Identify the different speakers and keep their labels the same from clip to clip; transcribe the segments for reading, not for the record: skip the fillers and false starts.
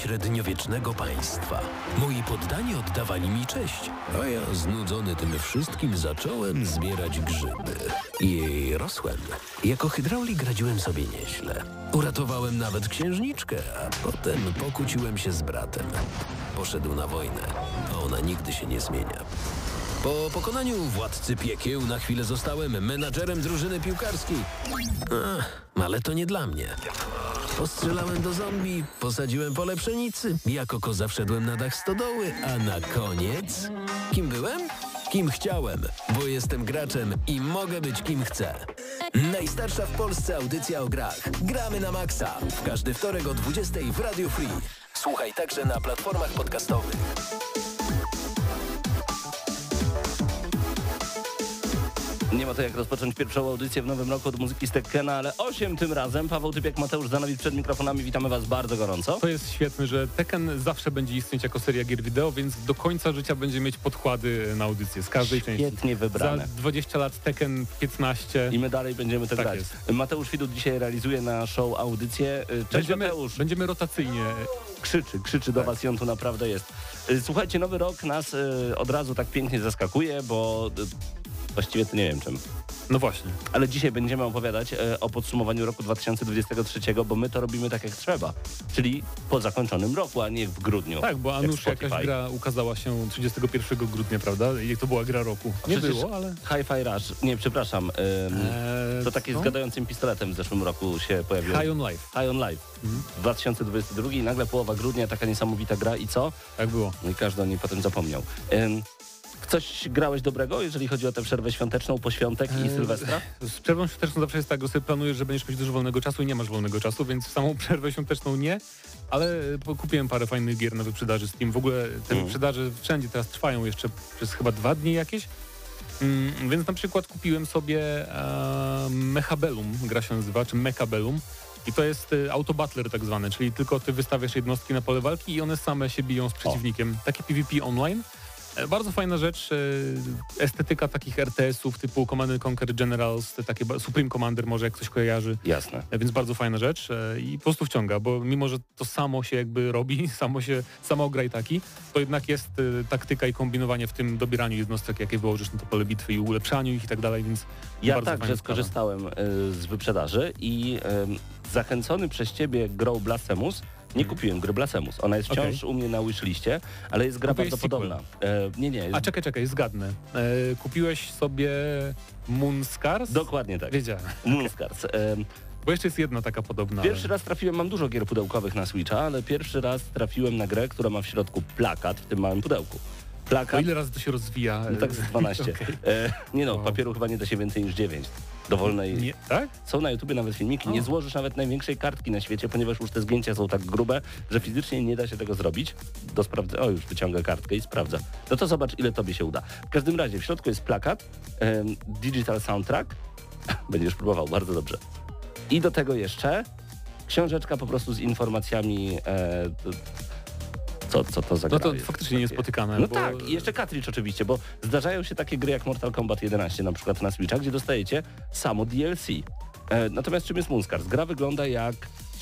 Speaker 1: średniowiecznego państwa. Moi poddani oddawali mi cześć, a ja znudzony tym wszystkim zacząłem zbierać grzyby. I rosłem. Jako hydraulik radziłem sobie nieźle. Uratowałem nawet księżniczkę, a potem pokłóciłem się z bratem. Poszedł na wojnę, a ona nigdy się nie zmienia. Po pokonaniu władcy piekieł na chwilę zostałem menadżerem drużyny piłkarskiej. Ale to nie dla mnie. Postrzelałem do zombie, posadziłem pole pszenicy, jako koza wszedłem na dach stodoły, a na koniec... Kim byłem? Kim chciałem, bo jestem graczem i mogę być kim chcę. Najstarsza w Polsce audycja o grach. Gramy na maksa. W każdy wtorek o 20 w Radio Free. Słuchaj także na platformach podcastowych.
Speaker 2: Nie ma to jak rozpocząć pierwszą audycję w nowym roku od muzyki z Tekkena, ale 8 tym razem. Paweł Typiak, Mateusz Zanowicz przed mikrofonami. Witamy Was bardzo gorąco.
Speaker 3: To jest świetne, że Tekken zawsze będzie istnieć jako seria gier wideo, więc do końca życia będzie mieć podkłady na audycję z każdej części.
Speaker 2: Świetnie wybrane.
Speaker 3: Za 20 lat Tekken 15.
Speaker 2: I my dalej będziemy tak grać. Jest. Mateusz Widut dzisiaj realizuje naszą audycję. Cześć Mateusz.
Speaker 3: Będziemy rotacyjnie.
Speaker 2: Krzyczy do Was i on tu naprawdę jest. Słuchajcie, nowy rok nas od razu tak pięknie zaskakuje, bo... Właściwie to nie wiem czym.
Speaker 3: No właśnie.
Speaker 2: Ale dzisiaj będziemy opowiadać o podsumowaniu roku 2023, bo my to robimy tak jak trzeba. Czyli po zakończonym roku, a nie w grudniu.
Speaker 3: Tak, bo Anusz jakaś gra ukazała się 31 grudnia, prawda? I to była gra roku. Nie było, ale...
Speaker 2: Hi-Fi Rush, nie, przepraszam. To takie z gadającym pistoletem w zeszłym roku się pojawiło.
Speaker 3: High on Life.
Speaker 2: High on Life. 2022 i nagle połowa grudnia, taka niesamowita gra i co?
Speaker 3: Tak było.
Speaker 2: No i każdy o niej potem zapomniał. Coś grałeś dobrego, jeżeli chodzi o tę przerwę świąteczną po świątek i Sylwestra?
Speaker 3: Z przerwą świąteczną zawsze jest tak, że sobie planujesz, że będziesz mieć dużo wolnego czasu i nie masz wolnego czasu, więc samą przerwę świąteczną nie, ale kupiłem parę fajnych gier na wyprzedaży Steam. W ogóle te wyprzedaże wszędzie teraz trwają jeszcze przez chyba 2 dni jakieś. Więc na przykład kupiłem sobie Mechabellum, gra się nazywa, czy Mechabellum. I to jest autobattler tak zwany, czyli tylko ty wystawiasz jednostki na pole walki i one same się biją z przeciwnikiem. Takie PvP online. Bardzo fajna rzecz, estetyka takich RTS-ów typu Command & Conquer Generals, takie Supreme Commander może jak ktoś kojarzy.
Speaker 2: Jasne.
Speaker 3: Więc bardzo fajna rzecz i po prostu wciąga, bo mimo, że to samo się jakby robi, samo gra i taki, to jednak jest taktyka i kombinowanie w tym dobieraniu jednostek, jakie wyłożysz na to pole bitwy i ulepszaniu ich i tak dalej, więc
Speaker 2: ja także skorzystałem z wyprzedaży i zachęcony przez Ciebie grą Blasphemous. Nie kupiłem gry Blasphemous. Ona jest wciąż u mnie na wishliście, ale jest gra bardzo podobna. Nie.
Speaker 3: A czekaj, zgadnę. Kupiłeś sobie Moonscars?
Speaker 2: Dokładnie tak.
Speaker 3: Wiedziałem.
Speaker 2: Moonscars.
Speaker 3: Bo jeszcze jest jedna taka podobna.
Speaker 2: Pierwszy raz trafiłem, mam dużo gier pudełkowych na Switcha, ale pierwszy raz trafiłem na grę, która ma w środku plakat w tym małym pudełku. Plakat.
Speaker 3: O ile razy to się rozwija?
Speaker 2: No tak z 12. Papieru chyba nie da się więcej niż 9. Dowolnej.
Speaker 3: Nie, tak?
Speaker 2: Są na YouTubie nawet filmiki. Nie złożysz nawet największej kartki na świecie, ponieważ już te zgięcia są tak grube, że fizycznie nie da się tego zrobić. Już wyciągę kartkę i sprawdzę. No to zobacz, ile tobie się uda. W każdym razie w środku jest plakat, digital soundtrack. Będziesz próbował, bardzo dobrze. I do tego książeczka po prostu z informacjami. Co to za gra?
Speaker 3: No to faktycznie niespotykane.
Speaker 2: No tak, i jeszcze cartridge oczywiście, bo zdarzają się takie gry jak Mortal Kombat 11 na przykład na Switcha, gdzie dostajecie samo DLC. Natomiast czym jest Moonscars? Gra wygląda jak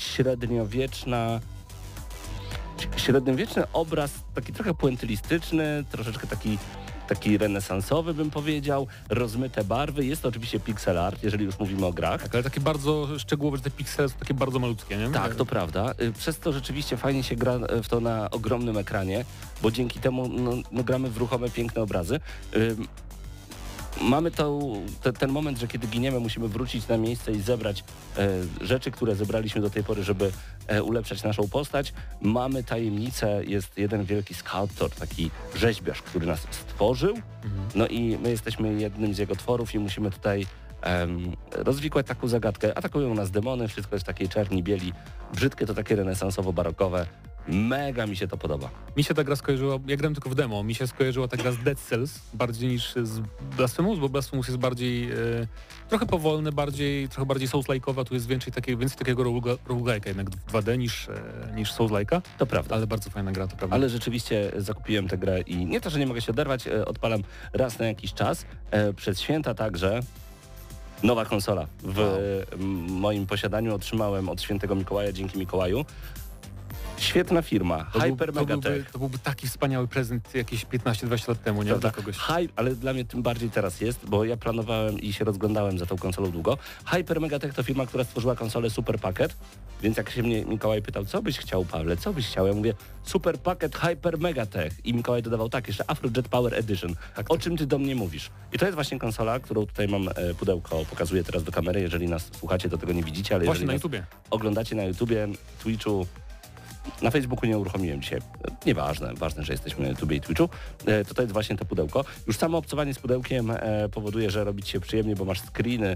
Speaker 2: średniowieczny obraz, taki trochę puentylistyczny, troszeczkę taki renesansowy bym powiedział, rozmyte barwy. Jest to oczywiście pixel art, jeżeli już mówimy o grach.
Speaker 3: Tak, ale takie bardzo szczegółowe, że te piksele są takie bardzo malutkie, nie?
Speaker 2: Tak, to prawda. Przez to rzeczywiście fajnie się gra w to na ogromnym ekranie, bo dzięki temu gramy w ruchome, piękne obrazy. Mamy ten moment, że kiedy giniemy, musimy wrócić na miejsce i zebrać rzeczy, które zebraliśmy do tej pory, żeby ulepszać naszą postać. Mamy tajemnicę, jest jeden wielki skulptor, taki rzeźbiarz, który nas stworzył. No i my jesteśmy jednym z jego tworów i musimy tutaj rozwikłać taką zagadkę. Atakują nas demony, wszystko jest w takiej czerni, bieli. Brzydkie to takie renesansowo-barokowe. Mega mi się to podoba.
Speaker 3: Mi się ta gra skojarzyła, ja grałem tylko w demo, mi się skojarzyła ta gra z Dead Cells bardziej niż z Blasphemous, bo Blasphemous jest bardziej trochę powolny, trochę bardziej Souls-like'owa, tu jest więcej takiego roguelike'a jednak w 2D niż Souls-like'a.
Speaker 2: To prawda.
Speaker 3: Ale bardzo fajna gra, to prawda.
Speaker 2: Ale rzeczywiście zakupiłem tę grę i nie to, że nie mogę się oderwać, odpalam raz na jakiś czas. Przez święta także nowa konsola w moim posiadaniu otrzymałem od świętego Mikołaja, dzięki Mikołaju. Świetna firma, Hyper Megatech.
Speaker 3: To byłby taki wspaniały prezent jakieś 15-20 lat temu, nie? Dla kogoś.
Speaker 2: Ale dla mnie tym bardziej teraz jest, bo ja planowałem i się rozglądałem za tą konsolą długo. Hyper Megatech to firma, która stworzyła konsolę Super Packet, więc jak się mnie Mikołaj pytał, co byś chciał, Pawle, co byś chciał? Ja mówię, Super Packet Hyper Megatech. I Mikołaj dodawał tak, jeszcze Afrojet Power Edition.
Speaker 3: Tak.
Speaker 2: O czym ty do mnie mówisz? I to jest właśnie konsola, którą tutaj mam pudełko, pokazuję teraz do kamery, jeżeli nas słuchacie, to tego nie widzicie, ale
Speaker 3: Właśnie
Speaker 2: jeżeli
Speaker 3: na
Speaker 2: nas
Speaker 3: YouTubie.
Speaker 2: oglądacie na YouTubie, Twitchu, na Facebooku nie uruchomiłem dzisiaj. Nieważne, ważne, że jesteśmy na YouTubie i Twitchu. To jest właśnie to pudełko. Już samo obcowanie z pudełkiem powoduje, że robi ci się przyjemnie, bo masz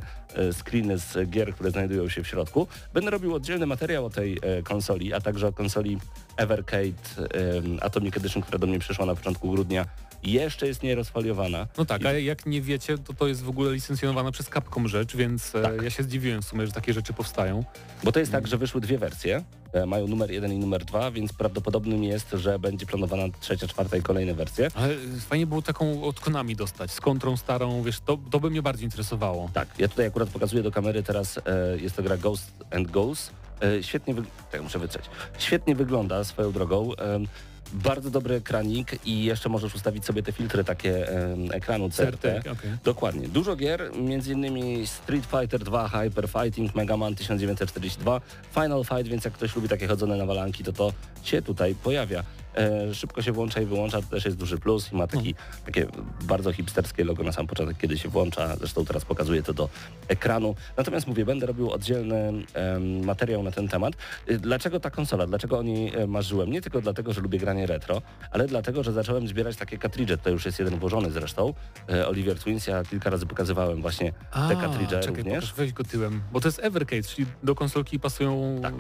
Speaker 2: screeny z gier, które znajdują się w środku. Będę robił oddzielny materiał o tej konsoli, a także o konsoli Evercade Atomic Edition, która do mnie przyszła na początku grudnia. Jeszcze jest nierozfoliowana.
Speaker 3: No tak, a jak nie wiecie, to jest w ogóle licencjonowana przez Capcom rzecz, więc
Speaker 2: Tak.
Speaker 3: ja się zdziwiłem w sumie, że takie rzeczy powstają.
Speaker 2: Bo to jest tak, że wyszły dwie wersje. Mają numer 1 i numer 2, więc prawdopodobnym jest, że będzie planowana trzecia, czwarta i kolejne wersje.
Speaker 3: Ale fajnie było taką od Konami dostać, z kontrą starą, wiesz, to by mnie bardziej interesowało.
Speaker 2: Tak, ja tutaj akurat pokazuję do kamery teraz, jest to gra Ghost and Ghost. Świetnie, muszę wytrzeć. Świetnie wygląda swoją drogą. Bardzo dobry ekranik i jeszcze możesz ustawić sobie te filtry takie ekranu CRT.
Speaker 3: Okay.
Speaker 2: Dokładnie. Dużo gier, m.in. Street Fighter 2, Hyper Fighting, Mega Man 1942, Final Fight, więc jak ktoś lubi takie chodzone nawalanki, to się tutaj pojawia. Szybko się włącza i wyłącza, to też jest duży plus i ma takie bardzo hipsterskie logo na sam początek, kiedy się włącza, zresztą teraz pokazuję to do ekranu. Natomiast mówię, będę robił oddzielny materiał na ten temat. Dlaczego ta konsola? Dlaczego o niej marzyłem? Nie tylko dlatego, że lubię granie retro, ale dlatego, że zacząłem zbierać takie cartridge. To już jest jeden włożony zresztą. Oliver Twins, ja kilka razy pokazywałem właśnie te cartridge również.
Speaker 3: Weź go tyłem, bo to jest Evercade, czyli do konsolki pasują...
Speaker 2: Tak.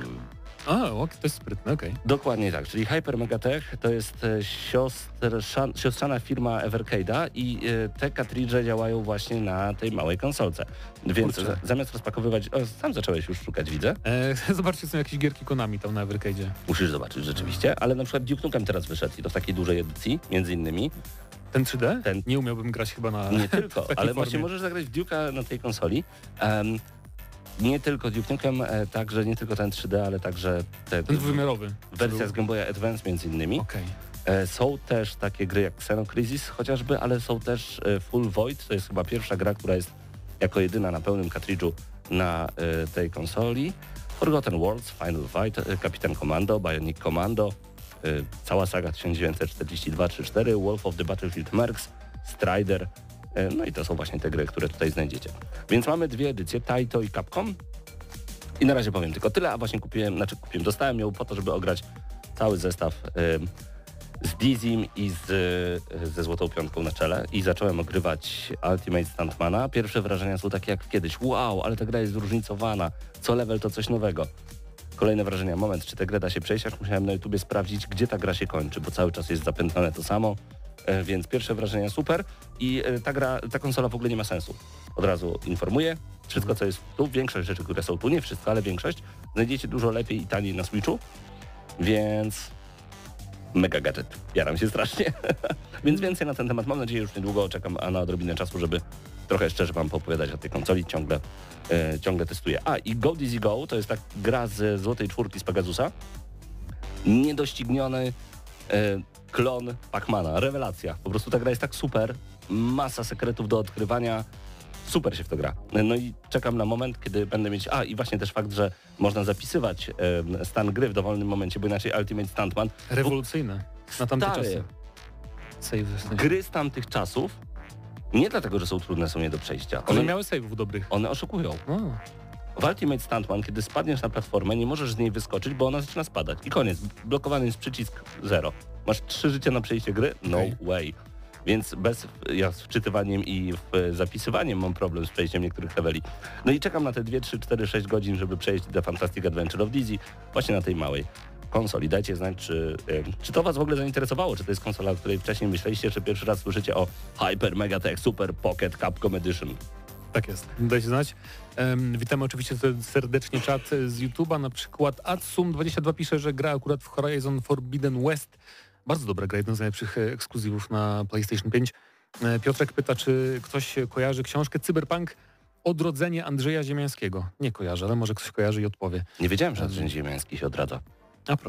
Speaker 3: To jest sprytne, okej.
Speaker 2: Dokładnie tak, czyli Hyper Megatech to jest siostrzana firma Evercade'a i te cartridge działają właśnie na tej małej konsolce. Więc zamiast rozpakowywać... sam zacząłeś już szukać, widzę.
Speaker 3: Zobaczcie, są jakieś gierki Konami tam na Evercade'zie.
Speaker 2: Musisz zobaczyć rzeczywiście, ale na przykład Duke Nukem teraz wyszedł i to w takiej dużej edycji, między innymi.
Speaker 3: Ten 3D? Nie umiałbym grać chyba na...
Speaker 2: Nie tylko, ale
Speaker 3: formie.
Speaker 2: właśnie możesz zagrać w Duke'a na tej konsoli. Nie tylko Duke Nukem, także nie tylko ten 3D, ale także
Speaker 3: ten dwuwymiarowy.
Speaker 2: Wersja z Game Boya Advance między innymi.
Speaker 3: Okay.
Speaker 2: Są też takie gry jak Xeno Crisis chociażby, ale są też Full Void, to jest chyba pierwsza gra, która jest jako jedyna na pełnym cartridge'u na tej konsoli. Forgotten Worlds, Final Fight, Kapitan Commando, Bionic Commando, cała saga 1942-34, Wolf of the Battlefield Mercs, Strider. No i to są właśnie te gry, które tutaj znajdziecie. Więc mamy dwie edycje, Taito i Capcom. I na razie powiem tylko tyle, a właśnie dostałem ją po to, żeby ograć cały zestaw z Dizim i ze Złotą Piątką na czele. I zacząłem ogrywać Ultimate Stuntmana. Pierwsze wrażenia są takie jak kiedyś. Wow, ale ta gra jest zróżnicowana. Co level to coś nowego. Kolejne wrażenia. Moment, czy tę grę da się przejść? Aż musiałem na YouTubie sprawdzić, gdzie ta gra się kończy, bo cały czas jest zapętlone to samo. Więc pierwsze wrażenia super i ta konsola w ogóle nie ma sensu. Od razu informuję, wszystko co jest tu, większość rzeczy, które są tu, nie wszystko, ale większość, znajdziecie dużo lepiej i taniej na Switchu, więc mega gadżet, jaram się strasznie. Więc więcej na ten temat, mam nadzieję, już niedługo czekam na odrobinę czasu, żeby trochę szczerze wam poopowiadać o tej konsoli, ciągle testuję. I Go Dizzy Go to jest tak gra z Złotej Czwórki z Pegasusa, niedościgniony klon Pac-Mana, rewelacja. Po prostu ta gra jest tak super, masa sekretów do odkrywania, super się w to gra. No i czekam na moment, kiedy będę mieć... i właśnie też fakt, że można zapisywać stan gry w dowolnym momencie, bo inaczej Ultimate Stuntman...
Speaker 3: Rewolucyjne na tamte czasy.
Speaker 2: Gry z tamtych czasów, nie dlatego, że są trudne, są nie do przejścia.
Speaker 3: One miały save'ów dobrych.
Speaker 2: One oszukują. W Ultimate Stuntman, kiedy spadniesz na platformę, nie możesz z niej wyskoczyć, bo ona zaczyna spadać. I koniec. Blokowany jest przycisk 0. Masz 3 życia na przejście gry? No way. Więc ja z wczytywaniem i zapisywaniem mam problem z przejściem niektórych leveli. No i czekam na te 2, 3, 4, 6 godzin, żeby przejść The Fantastic Adventure of Dizzy właśnie na tej małej konsoli. Dajcie znać, czy to was w ogóle zainteresowało, czy to jest konsola, o której wcześniej myśleliście, czy pierwszy raz słyszycie o Hyper Megatech Super Pocket Capcom Edition.
Speaker 3: Tak jest, dajcie znać. Witamy oczywiście serdecznie czat z YouTube'a, na przykład Atsum22 pisze, że gra akurat w Horizon Forbidden West. Bardzo dobra gra, jeden z najlepszych ekskluzywów na PlayStation 5. Piotrek pyta, czy ktoś kojarzy książkę Cyberpunk Odrodzenie Andrzeja Ziemiańskiego. Nie kojarzę, ale może ktoś kojarzy i odpowie.
Speaker 2: Nie wiedziałem, że Andrzej Ziemiański się odradza.
Speaker 3: A proszę.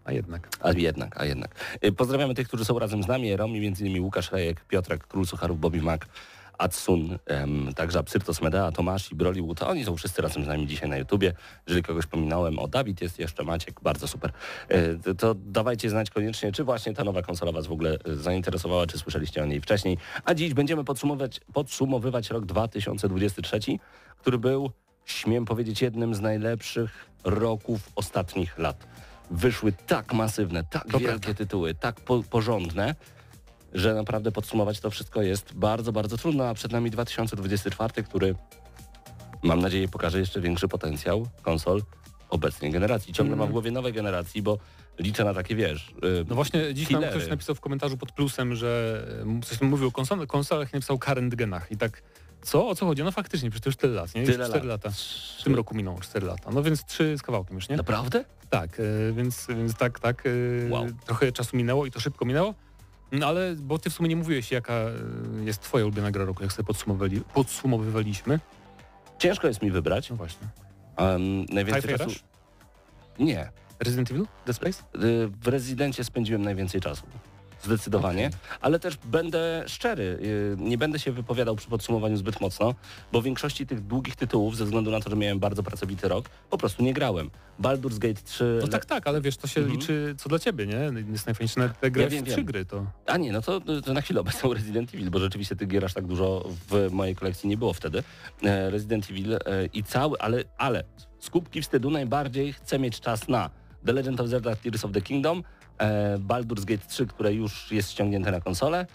Speaker 3: A jednak.
Speaker 2: A jednak. Pozdrawiamy tych, którzy są razem z nami. Romi, m.in. Łukasz Rejek, Piotrek, Król Sucharów, Bobby Mac, Adsun, także Absyrtos Medea, Tomasz i Broliwood. Oni są wszyscy razem z nami dzisiaj na YouTubie. Jeżeli kogoś pominąłem, Dawid jest jeszcze, Maciek, bardzo super. To dawajcie znać koniecznie, czy właśnie ta nowa konsola was w ogóle zainteresowała, czy słyszeliście o niej wcześniej. A dziś będziemy podsumowywać rok 2023, który był, śmiem powiedzieć, jednym z najlepszych roków ostatnich lat. Wyszły tak masywne, tak wielkie tytuły, tak porządne, że naprawdę podsumować to wszystko jest bardzo, bardzo trudno, a przed nami 2024, który mam nadzieję pokaże jeszcze większy potencjał konsol obecnej generacji. Ciągle mam w głowie nowej generacji, bo liczę na takie, wiesz,
Speaker 3: No właśnie dziś nam ktoś napisał w komentarzu pod plusem, że coś mówił o konsolach i napisał current genach i tak co? O co chodzi? No faktycznie, przecież to już tyle lat, nie? Już 4 lata. W tym roku minęło 4 lata. No więc 3 z kawałkiem już, nie?
Speaker 2: Naprawdę?
Speaker 3: Tak, więc tak.
Speaker 2: Wow.
Speaker 3: Trochę czasu minęło i to szybko minęło. No ale, bo ty w sumie nie mówiłeś, jaka jest twoja ulubiona gra roku, jak sobie podsumowywaliśmy.
Speaker 2: Ciężko jest mi wybrać.
Speaker 3: No właśnie.
Speaker 2: Najwięcej czasu... Nie.
Speaker 3: Resident Evil? Dead Space?
Speaker 2: W Rezydencie spędziłem najwięcej czasu. Zdecydowanie, ale też będę szczery, nie będę się wypowiadał przy podsumowaniu zbyt mocno, bo w większości tych długich tytułów, ze względu na to, że miałem bardzo pracowity rok, po prostu nie grałem. Baldur's Gate 3...
Speaker 3: No tak, ale wiesz, to się liczy co dla ciebie, nie? Jest najfajniejsze, nawet te grać w 3 gry to...
Speaker 2: A nie, no to na chwilę obecną Resident Evil, bo rzeczywiście tych gier aż tak dużo w mojej kolekcji nie było wtedy. Resident Evil i cały, ale z kubki wstydu najbardziej chcę mieć czas na The Legend of Zelda Tears of the Kingdom, Baldur's Gate 3, które już jest ściągnięte na konsolę.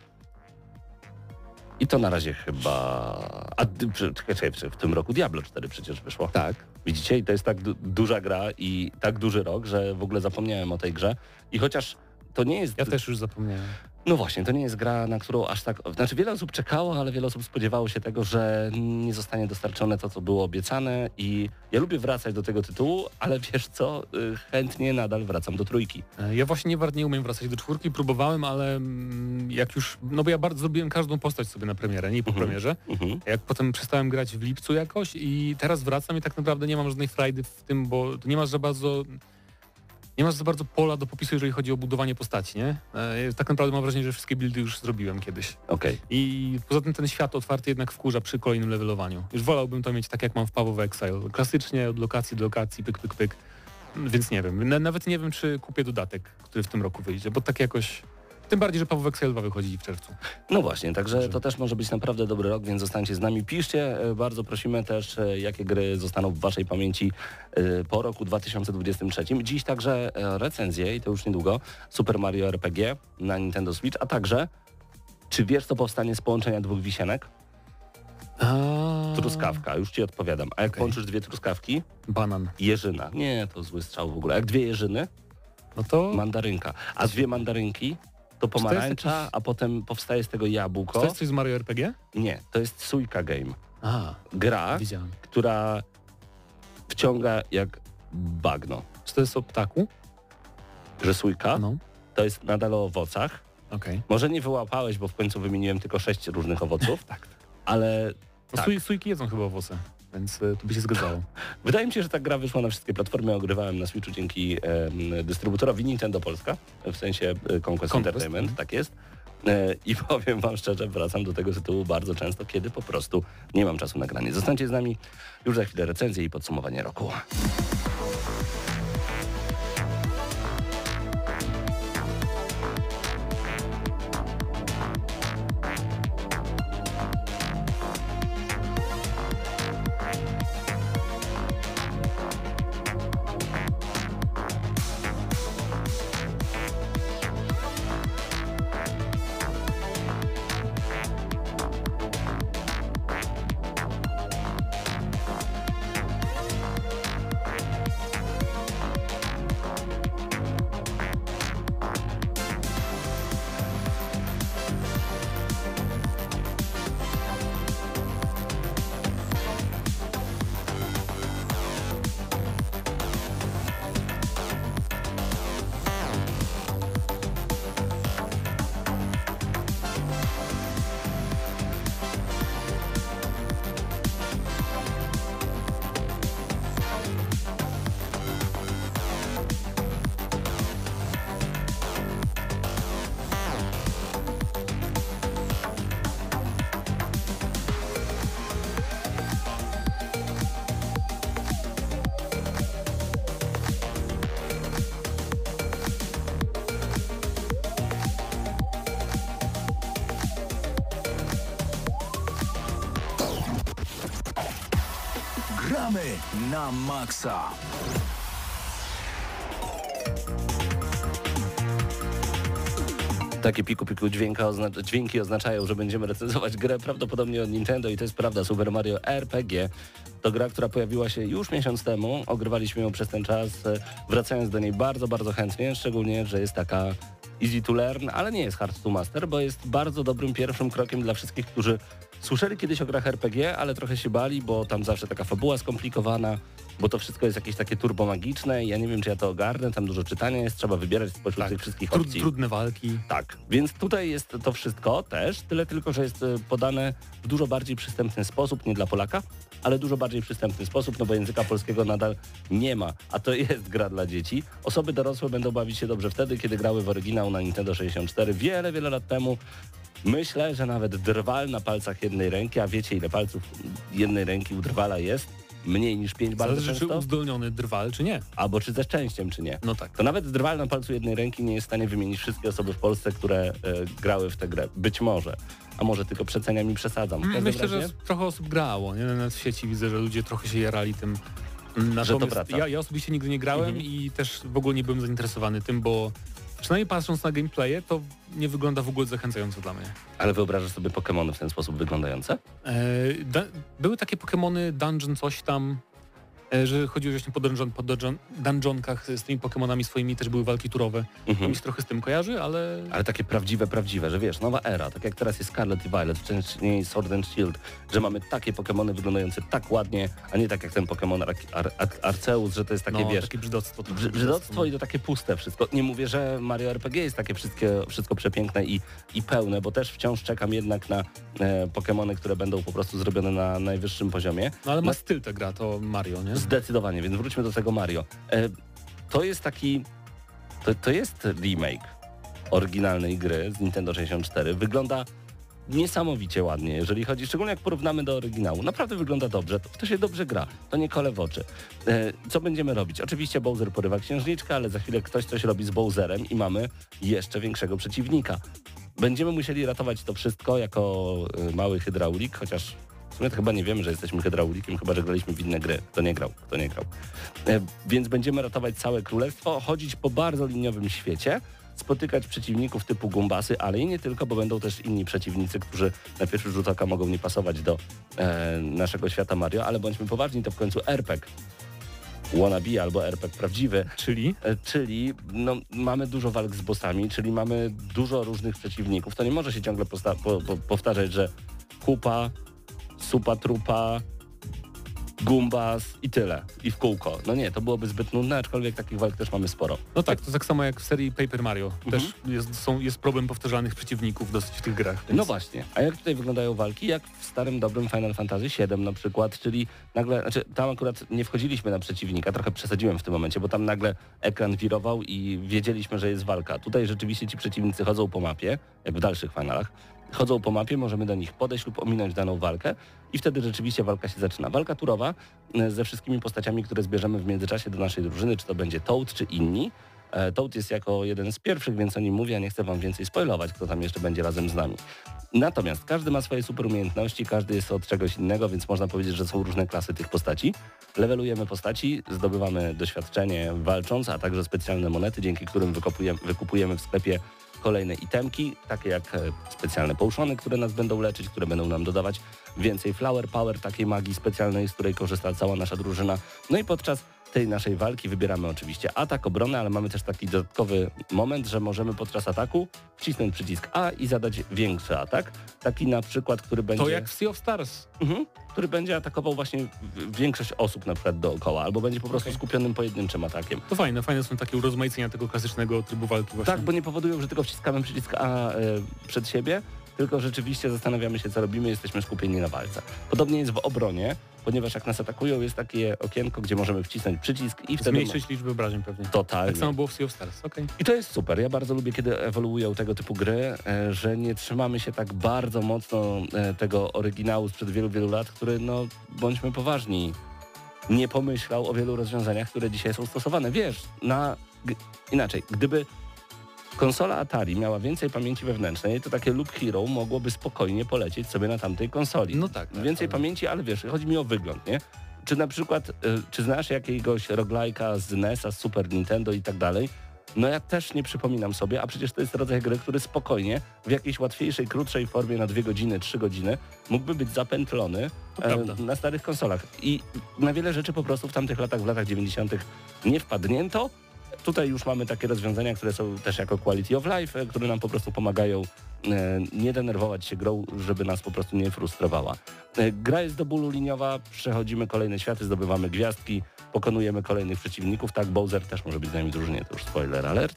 Speaker 2: I to na razie chyba... A w tym roku Diablo 4 przecież wyszło.
Speaker 3: Tak.
Speaker 2: Widzicie? I to jest tak duża gra i tak duży rok, że w ogóle zapomniałem o tej grze. I chociaż to nie jest...
Speaker 3: Ja też już zapomniałem.
Speaker 2: No właśnie, to nie jest gra, na którą aż tak... Znaczy wiele osób czekało, ale wiele osób spodziewało się tego, że nie zostanie dostarczone to, co było obiecane i ja lubię wracać do tego tytułu, ale wiesz co, chętnie nadal wracam do 3.
Speaker 3: Ja właśnie nie umiem wracać do 4, próbowałem, ale jak już... No bo ja bardzo zrobiłem każdą postać sobie na premierę, nie po premierze. Jak potem przestałem grać w lipcu jakoś i teraz wracam i tak naprawdę nie mam żadnej frajdy w tym, bo nie masz za bardzo pola do popisu, jeżeli chodzi o budowanie postaci, nie? Tak naprawdę mam wrażenie, że wszystkie buildy już zrobiłem kiedyś.
Speaker 2: Okej.
Speaker 3: I poza tym ten świat otwarty jednak wkurza przy kolejnym levelowaniu. Już wolałbym to mieć tak, jak mam w Path of Exile. Klasycznie od lokacji do lokacji, pyk. Więc nie wiem. Nawet nie wiem, czy kupię dodatek, który w tym roku wyjdzie, bo tak jakoś... Tym bardziej, że Path of Exile 2 wychodzi w czerwcu.
Speaker 2: No właśnie, także to też może być naprawdę dobry rok, więc zostańcie z nami. Piszcie, bardzo prosimy też, jakie gry zostaną w waszej pamięci po roku 2023. Dziś także recenzje, i to już niedługo, Super Mario RPG na Nintendo Switch, a także, czy wiesz, co powstanie z połączenia 2 wisienek? Truskawka, już ci odpowiadam. A jak połączysz 2 truskawki?
Speaker 3: Banan.
Speaker 2: Jeżyna. Nie, to zły strzał w ogóle. Jak 2 jeżyny?
Speaker 3: No to...
Speaker 2: Mandarynka. A 2 mandarynki? To pomarańcza, a potem powstaje z tego jabłko.
Speaker 3: To jest coś z Mario RPG?
Speaker 2: Nie, to jest Suika Game.
Speaker 3: Aha,
Speaker 2: gra,
Speaker 3: widziałem.
Speaker 2: która wciąga jak bagno.
Speaker 3: Czy to jest o ptaku?
Speaker 2: Że Suika
Speaker 3: No.
Speaker 2: to jest nadal o owocach.
Speaker 3: Okej.
Speaker 2: Może nie wyłapałeś, bo w końcu wymieniłem tylko 6 różnych owoców,
Speaker 3: Tak.
Speaker 2: ale
Speaker 3: No
Speaker 2: tak.
Speaker 3: Sujki jedzą chyba owoce, więc to by się zgadzało.
Speaker 2: Wydaje mi się, że ta gra wyszła na wszystkie platformy. Ogrywałem na Switchu dzięki dystrybutorowi Nintendo Polska, w sensie Conquest Entertainment, tak jest. I powiem wam szczerze, wracam do tego tytułu bardzo często, kiedy po prostu nie mam czasu na granie. Zostańcie z nami, już za chwilę recenzje i podsumowanie roku.
Speaker 4: Gramy na maksa.
Speaker 2: Takie piku dźwięki oznaczają, że będziemy recenzować grę prawdopodobnie od Nintendo i to jest prawda. Super Mario RPG to gra, która pojawiła się już miesiąc temu. Ogrywaliśmy ją przez ten czas, wracając do niej bardzo, bardzo chętnie, szczególnie, że jest taka easy to learn, ale nie jest hard to master, bo jest bardzo dobrym pierwszym krokiem dla wszystkich, którzy słyszeli kiedyś o grach RPG, ale trochę się bali, bo tam zawsze taka fabuła skomplikowana, bo to wszystko jest jakieś takie turbomagiczne i ja nie wiem, czy ja to ogarnę, tam dużo czytania jest, trzeba wybierać spośród tych wszystkich opcji.
Speaker 3: Trudne walki.
Speaker 2: Tak, więc tutaj jest to wszystko też, tyle tylko, że jest podane w dużo bardziej przystępny sposób, nie dla Polaka, ale dużo bardziej przystępny sposób, no bo języka polskiego nadal nie ma, a to jest gra dla dzieci. Osoby dorosłe będą bawić się dobrze wtedy, kiedy grały w oryginał na Nintendo 64 wiele, wiele lat temu. Myślę, że nawet drwal na palcach jednej ręki, a wiecie ile palców jednej ręki u drwala jest? Mniej niż 5 bardzo
Speaker 3: Zależy,
Speaker 2: często.
Speaker 3: czy uzdolniony drwal, czy nie.
Speaker 2: Albo czy ze szczęściem, czy nie.
Speaker 3: No tak.
Speaker 2: To nawet drwal na palcu jednej ręki nie jest w stanie wymienić wszystkie osoby w Polsce, które grały w tę grę. Być może. A może tylko przeceniam i przesadzam.
Speaker 3: Myślę, że trochę osób grało. Nie? Nawet w sieci widzę, że ludzie trochę się jarali tym.
Speaker 2: Że to wraca.
Speaker 3: Ja osobiście nigdy nie grałem i też w ogóle nie byłem zainteresowany tym, bo przynajmniej patrząc na gameplaye, to nie wygląda w ogóle zachęcająco dla mnie.
Speaker 2: Ale wyobrażasz sobie Pokemony w ten sposób wyglądające?
Speaker 3: Były takie Pokemony, dungeon coś tam, że chodziło właśnie po dungeonkach z tymi Pokemonami swoimi, też były walki turowe. To mi się trochę z tym kojarzy, ale...
Speaker 2: Ale takie prawdziwe, że wiesz, nowa era, tak jak teraz jest Scarlet i Violet, wcześniej Sword and Shield, że mamy takie Pokemony wyglądające tak ładnie, a nie tak jak ten Pokemon Arceus, że to jest takie, wiesz...
Speaker 3: takie brzydoctwo.
Speaker 2: Brzydoctwo i to takie puste wszystko. Nie mówię, że Mario RPG jest takie wszystko przepiękne i pełne, bo też wciąż czekam jednak na Pokemony, które będą po prostu zrobione na najwyższym poziomie.
Speaker 3: No ale ma styl ta gra, to Mario, nie?
Speaker 2: Zdecydowanie, więc wróćmy do tego Mario. To jest taki... To jest remake oryginalnej gry z Nintendo 64. Wygląda niesamowicie ładnie, jeżeli chodzi, szczególnie jak porównamy do oryginału. Naprawdę wygląda dobrze, to się dobrze gra, to nie kole w oczy. Co będziemy robić? Oczywiście Bowser porywa księżniczkę, ale za chwilę ktoś coś robi z Bowserem i mamy jeszcze większego przeciwnika. Będziemy musieli ratować to wszystko jako mały hydraulik, chociaż w sumie to chyba nie wiemy, że jesteśmy hydraulikiem, chyba że graliśmy w inne gry. Kto nie grał. Więc będziemy ratować całe królestwo, chodzić po bardzo liniowym świecie, spotykać przeciwników typu Gumbasy, ale i nie tylko, bo będą też inni przeciwnicy, którzy na pierwszy rzut oka mogą nie pasować do naszego świata Mario, ale bądźmy poważni, to w końcu RPG wannabe albo RPG prawdziwy. Czyli no, mamy dużo walk z bossami, czyli mamy dużo różnych przeciwników. To nie może się ciągle powtarzać, że Kupa, Supa Trupa, Gumbas i tyle. I w kółko. No nie, to byłoby zbyt nudne, aczkolwiek takich walk też mamy sporo.
Speaker 3: No tak, to tak samo jak w serii Paper Mario. Też jest problem powtarzalnych przeciwników dosyć w tych grach. Więc...
Speaker 2: No właśnie. A jak tutaj wyglądają walki? Jak w starym, dobrym Final Fantasy VII na przykład, czyli nagle, tam akurat nie wchodziliśmy na przeciwnika, trochę przesadziłem w tym momencie, bo tam nagle ekran wirował i wiedzieliśmy, że jest walka. Tutaj rzeczywiście ci przeciwnicy chodzą po mapie, jak w dalszych finalach. Chodzą po mapie, możemy do nich podejść lub ominąć daną walkę i wtedy rzeczywiście walka się zaczyna. Walka turowa ze wszystkimi postaciami, które zbierzemy w międzyczasie do naszej drużyny, czy to będzie Toad, czy inni. Toad jest jako jeden z pierwszych, więc o nim mówię, a nie chcę wam więcej spoilować, kto tam jeszcze będzie razem z nami. Natomiast każdy ma swoje super umiejętności, każdy jest od czegoś innego, więc można powiedzieć, że są różne klasy tych postaci. Levelujemy postaci, zdobywamy doświadczenie walcząc, a także specjalne monety, dzięki którym wykupujemy w sklepie kolejne itemki, takie jak specjalne potiony, które nas będą leczyć, które będą nam dodawać więcej flower power, takiej magii specjalnej, z której korzysta cała nasza drużyna. No i podczas tej naszej walki wybieramy oczywiście atak, obronę, ale mamy też taki dodatkowy moment, że możemy podczas ataku wcisnąć przycisk A i zadać większy atak. Taki na przykład, który będzie...
Speaker 3: To jak w Sea of Stars.
Speaker 2: Który będzie atakował właśnie większość osób na przykład dookoła, albo będzie po prostu skupionym pojedynczym atakiem.
Speaker 3: To fajne są takie urozmaicenia tego klasycznego trybu walki właśnie.
Speaker 2: Tak, bo nie powodują, że tylko wciskamy przycisk A przed siebie, tylko rzeczywiście zastanawiamy się, co robimy, jesteśmy skupieni na walce. Podobnie jest w obronie, ponieważ jak nas atakują, jest takie okienko, gdzie możemy wcisnąć przycisk i wtedy...
Speaker 3: Zmniejszyć liczbę obrażeń pewnie.
Speaker 2: Totalnie.
Speaker 3: Tak samo było w Sea of Stars, okej.
Speaker 2: I to jest super. Ja bardzo lubię, kiedy ewoluują tego typu gry, że nie trzymamy się tak bardzo mocno tego oryginału sprzed wielu, wielu lat, który, no, bądźmy poważni, nie pomyślał o wielu rozwiązaniach, które dzisiaj są stosowane. Wiesz, inaczej, gdyby konsola Atari miała więcej pamięci wewnętrznej, to takie Loop Hero mogłoby spokojnie polecieć sobie na tamtej konsoli.
Speaker 3: No tak.
Speaker 2: Więcej pamięci, ale wiesz, chodzi mi o wygląd, nie? czy na przykład, czy znasz jakiegoś roguelike'a z NES-a, z Super Nintendo i tak dalej? No ja też nie przypominam sobie, a przecież to jest rodzaj gry, który spokojnie w jakiejś łatwiejszej, krótszej formie na 2 godziny, 3 godziny mógłby być zapętlony na starych konsolach. I na wiele rzeczy po prostu w tamtych latach, w latach 90. nie wpadnięto. Tutaj już mamy takie rozwiązania, które są też jako quality of life, które nam po prostu pomagają nie denerwować się grą, żeby nas po prostu nie frustrowała. Gra jest do bólu liniowa, przechodzimy kolejne światy, zdobywamy gwiazdki, pokonujemy kolejnych przeciwników. Tak, Bowser też może być z nami w drużynie, to już spoiler alert.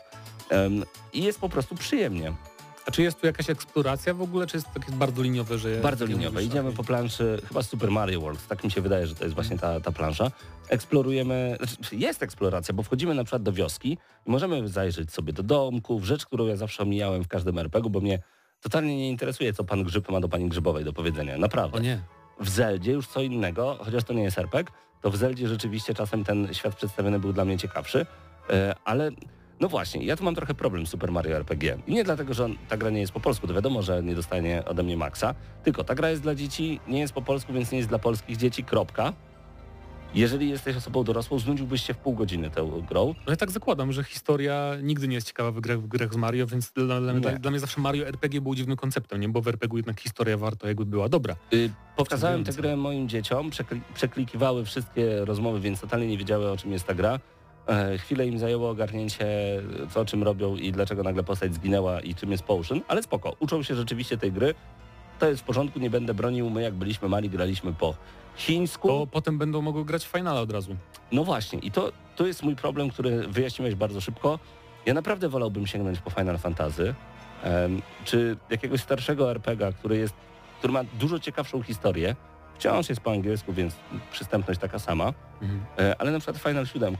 Speaker 2: I jest po prostu przyjemnie.
Speaker 3: A czy jest tu jakaś eksploracja w ogóle, czy jest takie bardzo liniowe, że...
Speaker 2: Bardzo liniowe. Idziemy po planszy, chyba Super Mario World, tak mi się wydaje, że to jest właśnie ta plansza. Eksplorujemy, jest eksploracja, bo wchodzimy na przykład do wioski i możemy zajrzeć sobie do domków, rzecz, którą ja zawsze omijałem w każdym RPG-u, bo mnie totalnie nie interesuje, co pan Grzyb ma do pani Grzybowej do powiedzenia, naprawdę.
Speaker 3: O nie.
Speaker 2: W Zeldzie już co innego, chociaż to nie jest RPG, to w Zeldzie rzeczywiście czasem ten świat przedstawiony był dla mnie ciekawszy, ale no właśnie, ja tu mam trochę problem z Super Mario RPG. I nie dlatego, że ta gra nie jest po polsku, to wiadomo, że nie dostanie ode mnie maksa, tylko ta gra jest dla dzieci, nie jest po polsku, więc nie jest dla polskich dzieci, kropka. Jeżeli jesteś osobą dorosłą, znudziłbyś się w pół godziny tą grą.
Speaker 3: No ja tak zakładam, że historia nigdy nie jest ciekawa w grach z Mario, więc dla mnie zawsze Mario RPG był dziwnym konceptem, nie? Bo w RPG jednak historia warto jakby była dobra.
Speaker 2: Pokazałem tę grę moim dzieciom, przeklikiwały wszystkie rozmowy, więc totalnie nie wiedziały, o czym jest ta gra. Chwilę im zajęło ogarnięcie, co czym robią i dlaczego nagle postać zginęła i czym jest potion, ale spoko, uczą się rzeczywiście tej gry. To jest w porządku, nie będę bronił, my jak byliśmy mali, graliśmy po chińsku.
Speaker 3: To potem będą mogły grać w finale od razu.
Speaker 2: No właśnie i to jest mój problem, który wyjaśniłeś bardzo szybko. Ja naprawdę wolałbym sięgnąć po Final Fantasy, czy jakiegoś starszego RPG, który ma dużo ciekawszą historię. Wciąż jest po angielsku, więc przystępność taka sama, ale na przykład Final 7,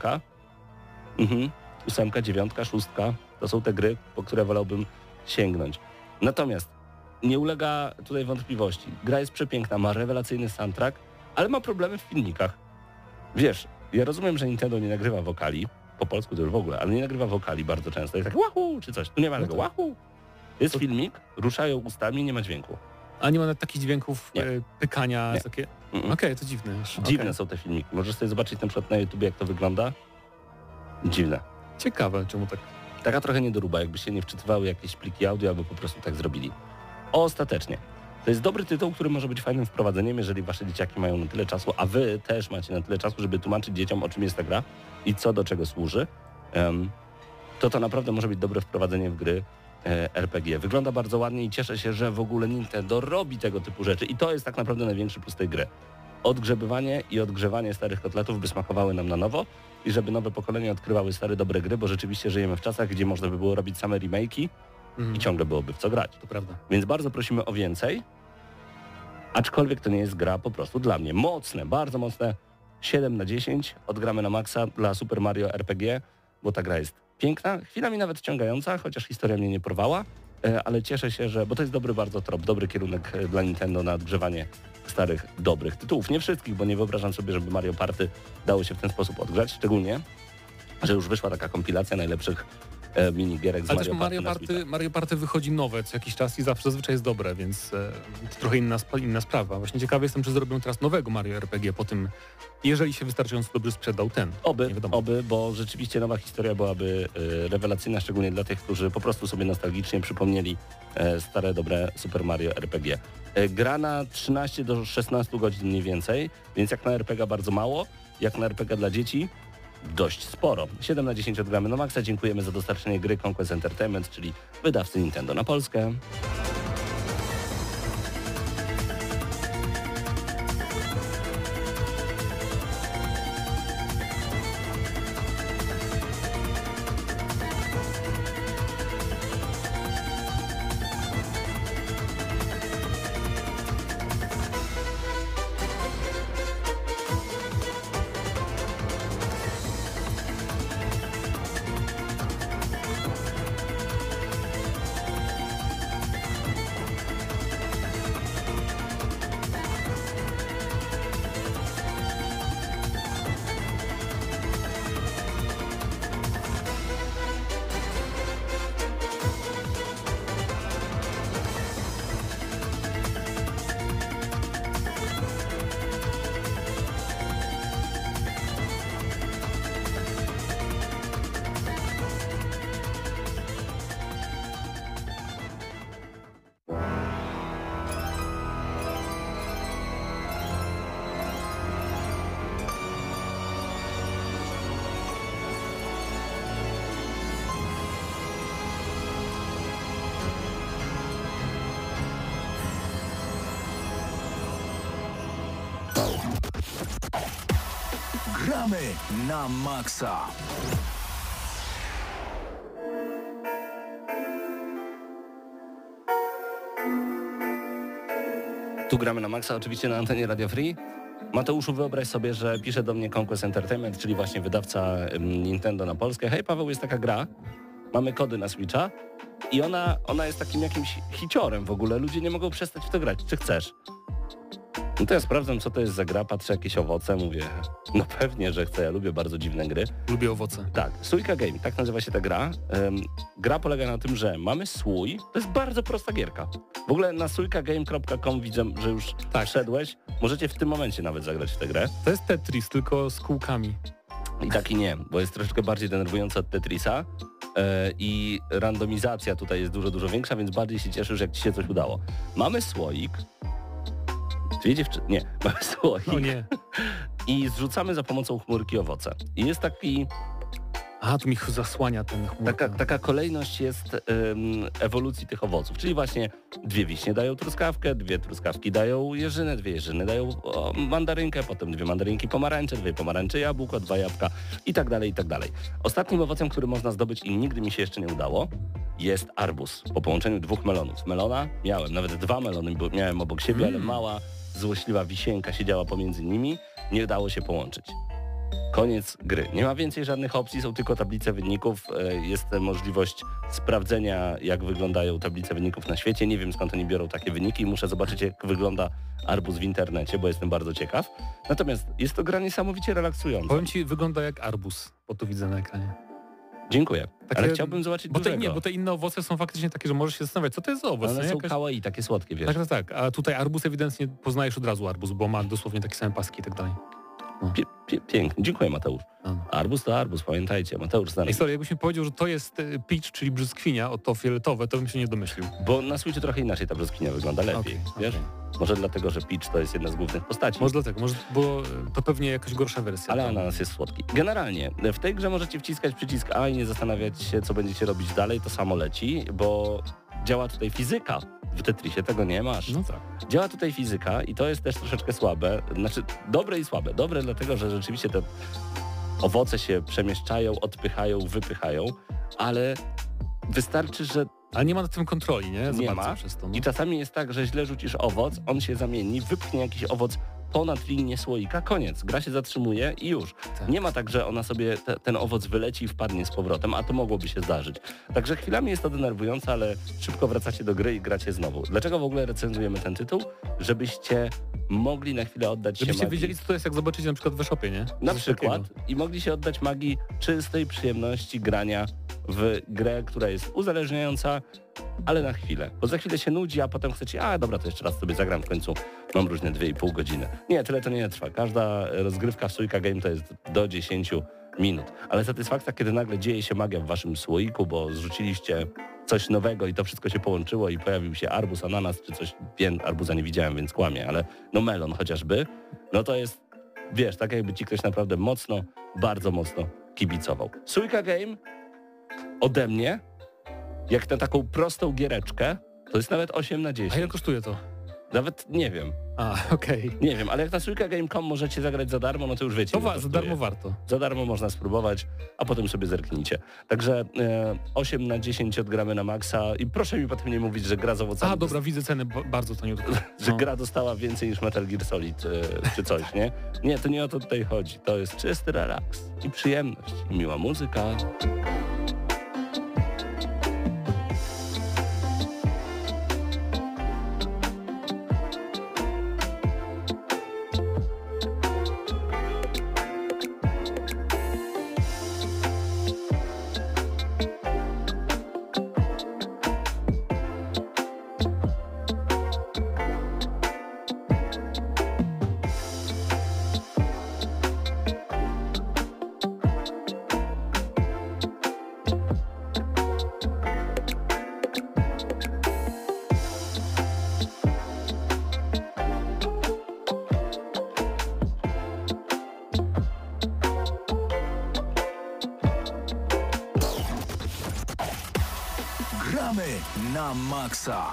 Speaker 2: 8, 9, 6, to są te gry, po które wolałbym sięgnąć. Natomiast nie ulega tutaj wątpliwości. Gra jest przepiękna, ma rewelacyjny soundtrack, ale ma problemy w filmikach. Wiesz, ja rozumiem, że Nintendo nie nagrywa wokali, po polsku to już w ogóle, ale nie nagrywa wokali bardzo często. Jest tak wahoo czy coś. Tu nie ma tego wahoo. Jest filmik, ruszają ustami, nie ma dźwięku.
Speaker 3: A nie ma nawet takich dźwięków pykania,
Speaker 2: Nie.
Speaker 3: takie... Okej, to dziwne już.
Speaker 2: Dziwne są te filmiki. Możesz sobie zobaczyć na przykład na YouTube, jak to wygląda. Dziwne.
Speaker 3: Ciekawe, czemu tak.
Speaker 2: Taka trochę niedoróba, jakby się nie wczytywały jakieś pliki audio, albo po prostu tak zrobili. Ostatecznie. To jest dobry tytuł, który może być fajnym wprowadzeniem, jeżeli wasze dzieciaki mają na tyle czasu, a wy też macie na tyle czasu, żeby tłumaczyć dzieciom, o czym jest ta gra i co do czego służy. To naprawdę może być dobre wprowadzenie w gry RPG. Wygląda bardzo ładnie i cieszę się, że w ogóle Nintendo robi tego typu rzeczy i to jest tak naprawdę największy plus tej gry. Odgrzebywanie i odgrzewanie starych kotletów, by smakowały nam na nowo i żeby nowe pokolenia odkrywały stare, dobre gry, bo rzeczywiście żyjemy w czasach, gdzie można by było robić same remake'i i ciągle byłoby w co grać.
Speaker 3: To prawda.
Speaker 2: Więc bardzo prosimy o więcej, aczkolwiek to nie jest gra po prostu dla mnie. Mocne, bardzo mocne 7/10 odgramy na maksa dla Super Mario RPG, bo ta gra jest piękna, chwilami nawet wciągająca, chociaż historia mnie nie porwała, ale cieszę się, że, bo to jest dobry bardzo trop, dobry kierunek dla Nintendo na odgrzewanie starych, dobrych tytułów. Nie wszystkich, bo nie wyobrażam sobie, żeby Mario Party dało się w ten sposób odgrać, szczególnie, że już wyszła taka kompilacja najlepszych minigierek z
Speaker 3: Ale
Speaker 2: Mario
Speaker 3: też
Speaker 2: Party.
Speaker 3: Mario Party wychodzi nowe co jakiś czas i zazwyczaj jest dobre, więc to trochę inna sprawa. Właśnie ciekawy jestem, czy zrobią teraz nowego Mario RPG po tym, jeżeli się wystarczająco dobrze sprzedał ten.
Speaker 2: Oby, bo rzeczywiście nowa historia byłaby rewelacyjna, szczególnie dla tych, którzy po prostu sobie nostalgicznie przypomnieli stare, dobre Super Mario RPG. Gra na 13 do 16 godzin mniej więcej, więc jak na RPG bardzo mało, jak na RPG dla dzieci dość sporo. 7/10 odgramy na maksa. Dziękujemy za dostarczenie gry Conquest Entertainment, czyli wydawcy Nintendo na Polskę.
Speaker 4: Gramy na maksa.
Speaker 2: Tu gramy na maksa, oczywiście na antenie Radio Free. Mateuszu, wyobraź sobie, że pisze do mnie Conquest Entertainment, czyli właśnie wydawca Nintendo na Polskę. Hej Paweł, jest taka gra, mamy kody na Switcha i ona jest takim jakimś hiciorem w ogóle. Ludzie nie mogą przestać w to grać. Czy chcesz? No to ja sprawdzam, co to jest za gra, patrzę jakieś owoce, mówię, no pewnie, że chcę, ja lubię bardzo dziwne gry.
Speaker 3: Lubię owoce.
Speaker 2: Tak, Suika Game, tak nazywa się ta gra. Gra polega na tym, że mamy słój, to jest bardzo prosta gierka. W ogóle na suikagame.com widzę, że już wszedłeś, możecie w tym momencie nawet zagrać w tę grę.
Speaker 3: To jest Tetris, tylko z kółkami.
Speaker 2: I tak i nie, bo jest troszeczkę bardziej denerwująca od Tetrisa i randomizacja tutaj jest dużo większa, więc bardziej się cieszysz, jak ci się coś udało. Mamy słoik, nie, mamy słoik.
Speaker 3: No nie.
Speaker 2: I zrzucamy za pomocą chmurki owoce. I jest taki...
Speaker 3: A, tu mi zasłania ten chmurka.
Speaker 2: Taka kolejność jest ewolucji tych owoców, czyli właśnie 2 wiśnie dają truskawkę, 2 truskawki dają jeżynę, 2 jeżyny dają mandarynkę, potem 2 mandarynki pomarańcze, 2 pomarańcze jabłko, 2 jabłka i tak dalej, i tak dalej. Ostatnim owocem, który można zdobyć i nigdy mi się jeszcze nie udało, jest arbuz po połączeniu 2 melonów. Melona miałem, nawet 2 melony miałem obok siebie, ale mała, złośliwa wisienka siedziała pomiędzy nimi, nie dało się połączyć. Koniec gry. Nie ma więcej żadnych opcji, są tylko tablice wyników. Jest możliwość sprawdzenia, jak wyglądają tablice wyników na świecie. Nie wiem, skąd oni biorą takie wyniki. Muszę zobaczyć, jak wygląda arbuz w internecie, bo jestem bardzo ciekaw. Natomiast jest to gra niesamowicie relaksująca.
Speaker 3: Powiem ci, wygląda jak arbuz, bo to widzę na ekranie.
Speaker 2: Dziękuję, ale chciałbym zobaczyć
Speaker 3: bo te inne owoce są faktycznie takie, że możesz się zastanawiać, co to jest za owoc.
Speaker 2: One są kawaii, takie słodkie, wiesz.
Speaker 3: Tak. A tutaj arbuz ewidentnie poznajesz od razu arbuz, bo ma dosłownie takie same paski i tak dalej.
Speaker 2: Pięknie. Dziękuję, Mateusz. Arbuz to arbuz, pamiętajcie. Mateusz znalazł.
Speaker 3: Sorry, jakbyś mi powiedział, że to jest peach, czyli brzoskwinia, to fioletowe, to bym się nie domyślił.
Speaker 2: Bo na Switchu trochę inaczej ta brzoskwinia wygląda lepiej, wiesz? Może dlatego, że Peach to jest jedna z głównych postaci.
Speaker 3: Może dlatego, bo to pewnie jakaś gorsza wersja.
Speaker 2: Ale ananas jest słodki. Generalnie, w tej grze możecie wciskać przycisk A i nie zastanawiać się, co będziecie robić dalej, to samo leci, bo działa tutaj fizyka. W Tetrisie tego nie masz.
Speaker 3: No tak.
Speaker 2: Działa tutaj fizyka i to jest też troszeczkę słabe. Znaczy, dobre i słabe. Dobre dlatego, że rzeczywiście te owoce się przemieszczają, odpychają, wypychają, ale wystarczy, że...
Speaker 3: Ale nie ma nad tym kontroli, nie?
Speaker 2: Nie ma.
Speaker 3: Przez to, no.
Speaker 2: I czasami jest tak, że źle rzucisz owoc, on się zamieni, wypchnie jakiś owoc ponad linię słoika, koniec. Gra się zatrzymuje i już.
Speaker 3: Tak.
Speaker 2: Nie ma tak, że ona sobie ten owoc wyleci i wpadnie z powrotem, a to mogłoby się zdarzyć. Także chwilami jest to denerwujące, ale szybko wracacie do gry i gracie znowu. Dlaczego w ogóle recenzujemy ten tytuł? Żebyście mogli na chwilę oddać się
Speaker 3: Żebyście
Speaker 2: magii.
Speaker 3: wiedzieli, co to jest, jak zobaczycie na przykład w e-shopie, nie?
Speaker 2: Na przykład i mogli się oddać magii czystej przyjemności grania w grę, która jest uzależniająca, ale na chwilę. Bo za chwilę się nudzi, a potem chcecie, dobra, to jeszcze raz sobie zagram, w końcu mam różne 2,5 godziny. Nie, tyle to nie trwa. Każda rozgrywka w Suika Game to jest do 10 minut. Ale satysfakcja, kiedy nagle dzieje się magia w waszym słoiku, bo zrzuciliście coś nowego i to wszystko się połączyło i pojawił się arbuz, ananas czy coś, wiem, arbuza nie widziałem, więc kłamię, ale no melon chociażby, no to jest, wiesz, tak jakby ci ktoś naprawdę mocno, bardzo mocno kibicował. Suika Game ode mnie, jak na taką prostą giereczkę, to jest nawet 8 na 10.
Speaker 3: A ile kosztuje to?
Speaker 2: Nawet nie wiem.
Speaker 3: Okej.
Speaker 2: Nie wiem, ale jak na suikagame.com możecie zagrać za darmo, no to już wiecie.
Speaker 3: To za darmo warto.
Speaker 2: Za darmo można spróbować, a potem sobie zerknijcie. Także 8 na 10 odgramy na maksa i proszę mi potem nie mówić, że gra z owocami...
Speaker 3: Dobra, widzę ceny bardzo taniutko.
Speaker 2: Że gra dostała więcej niż Metal Gear Solid czy coś, nie? Nie, to nie o to tutaj chodzi. To jest czysty relaks i przyjemność i miła muzyka.
Speaker 4: Gramy na maksa.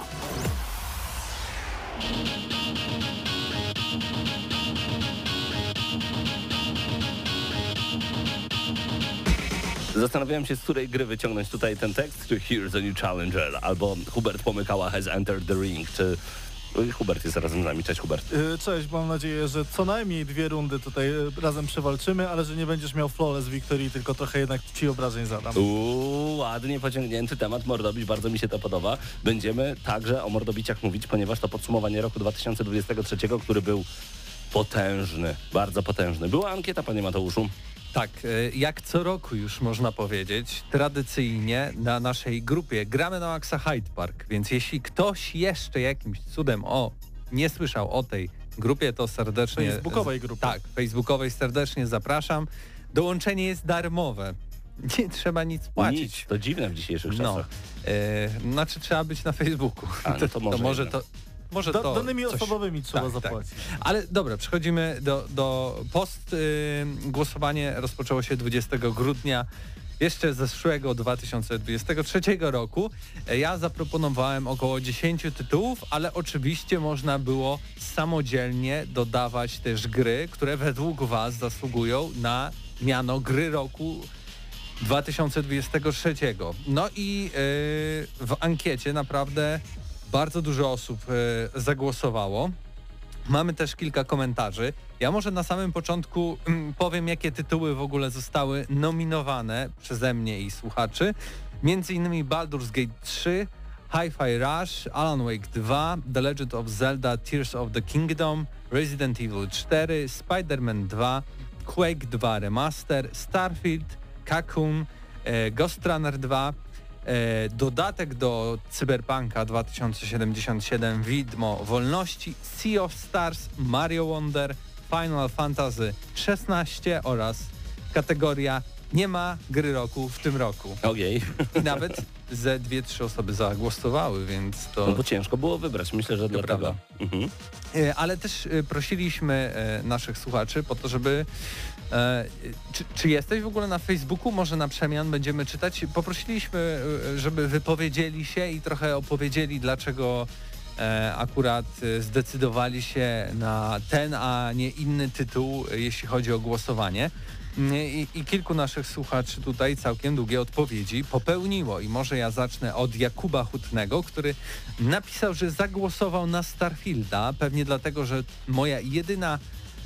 Speaker 2: Zastanawiałem się, z której gry wyciągnąć tutaj ten tekst, czy Here's a New Challenger, albo Hubert Pomykała has entered the ring, czy... Hubert jest razem z nami. Cześć, Hubert.
Speaker 5: Cześć, mam nadzieję, że co najmniej 2 rundy tutaj razem przewalczymy, ale że nie będziesz miał flawless victory, tylko trochę jednak ci obrażeń zadam.
Speaker 2: Ładnie pociągnięty temat mordobić, bardzo mi się to podoba. Będziemy także o mordobiciach mówić, ponieważ to podsumowanie roku 2023, który był potężny, bardzo potężny. Była ankieta, panie Mateuszu.
Speaker 6: Tak, jak co roku już można powiedzieć, tradycyjnie na naszej grupie gramy na Maxa Hyde Park, więc jeśli ktoś jeszcze jakimś cudem nie słyszał o tej grupie, to serdecznie...
Speaker 5: Facebookowej grupie.
Speaker 6: Tak, facebookowej serdecznie zapraszam. Dołączenie jest darmowe. Nie trzeba nic płacić.
Speaker 2: Nic, to dziwne w dzisiejszych czasach.
Speaker 6: Znaczy trzeba być na Facebooku.
Speaker 5: Danymi osobowymi trzeba zapłacić.
Speaker 6: Tak. Ale dobra, przechodzimy do głosowanie rozpoczęło się 20 grudnia jeszcze zeszłego 2023 roku. Ja zaproponowałem około 10 tytułów, ale oczywiście można było samodzielnie dodawać też gry, które według Was zasługują na miano gry roku 2023. No i w ankiecie naprawdę bardzo dużo osób zagłosowało. Mamy też kilka komentarzy. Ja może na samym początku powiem, jakie tytuły w ogóle zostały nominowane przeze mnie i słuchaczy. Między innymi Baldur's Gate 3, Hi-Fi Rush, Alan Wake 2, The Legend of Zelda Tears of the Kingdom, Resident Evil 4, Spider-Man 2, Quake 2 Remaster, Starfield, Cocoon, Ghost Runner 2, dodatek do Cyberpunka 2077 Widmo Wolności, Sea of Stars, Mario Wonder, Final Fantasy XVI oraz kategoria nie ma gry roku w tym roku.
Speaker 2: Okej.
Speaker 6: I nawet ze 2-3 osoby zagłosowały, więc to...
Speaker 2: No bo ciężko było wybrać, myślę, że dlatego. Mhm.
Speaker 6: Ale też prosiliśmy naszych słuchaczy po to, żeby... Czy jesteś w ogóle na Facebooku? Może na przemian będziemy czytać. Poprosiliśmy, żeby wypowiedzieli się i trochę opowiedzieli, dlaczego akurat zdecydowali się na ten, a nie inny tytuł, jeśli chodzi o głosowanie. I kilku naszych słuchaczy tutaj całkiem długie odpowiedzi popełniło. I może ja zacznę od Jakuba Hutnego, który napisał, że zagłosował na Starfielda, pewnie dlatego, że moja jedyna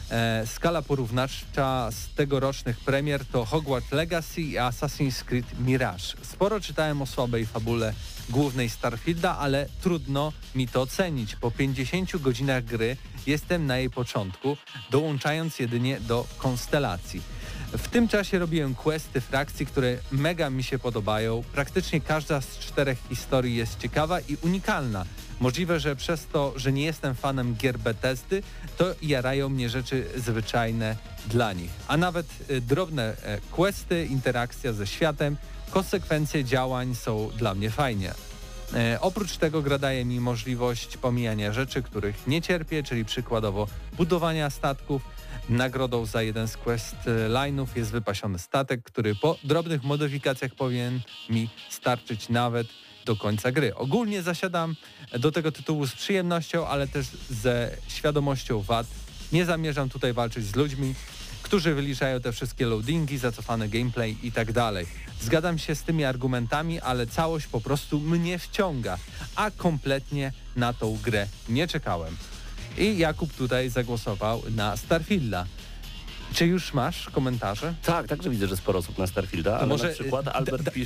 Speaker 6: skala porównawcza z tegorocznych premier to Hogwarts Legacy i Assassin's Creed Mirage. Sporo czytałem o słabej fabule głównej Starfielda, ale trudno mi to ocenić. Po 50 godzinach gry jestem na jej początku, dołączając jedynie do konstelacji. W tym czasie robiłem questy frakcji, które mega mi się podobają. Praktycznie każda z 4 historii jest ciekawa i unikalna. Możliwe, że przez to, że nie jestem fanem gier Bethesdy, to jarają mnie rzeczy zwyczajne dla nich. A nawet drobne questy, interakcja ze światem, konsekwencje działań są dla mnie fajnie. Oprócz tego gra daje mi możliwość pomijania rzeczy, których nie cierpię, czyli przykładowo budowania statków. Nagrodą za jeden z quest line'ów jest wypasiony statek, który po drobnych modyfikacjach powinien mi starczyć nawet do końca gry. Ogólnie zasiadam do tego tytułu z przyjemnością, ale też ze świadomością wad. Nie zamierzam tutaj walczyć z ludźmi, którzy wyliczają te wszystkie loadingi, zacofany gameplay i tak dalej. Zgadzam się z tymi argumentami, ale całość po prostu mnie wciąga, a kompletnie na tą grę nie czekałem. I Jakub tutaj zagłosował na Starfielda. Czy już masz komentarze?
Speaker 2: Tak, także widzę, że sporo osób na Starfielda, ale
Speaker 6: może
Speaker 2: na przykład Albert pisze...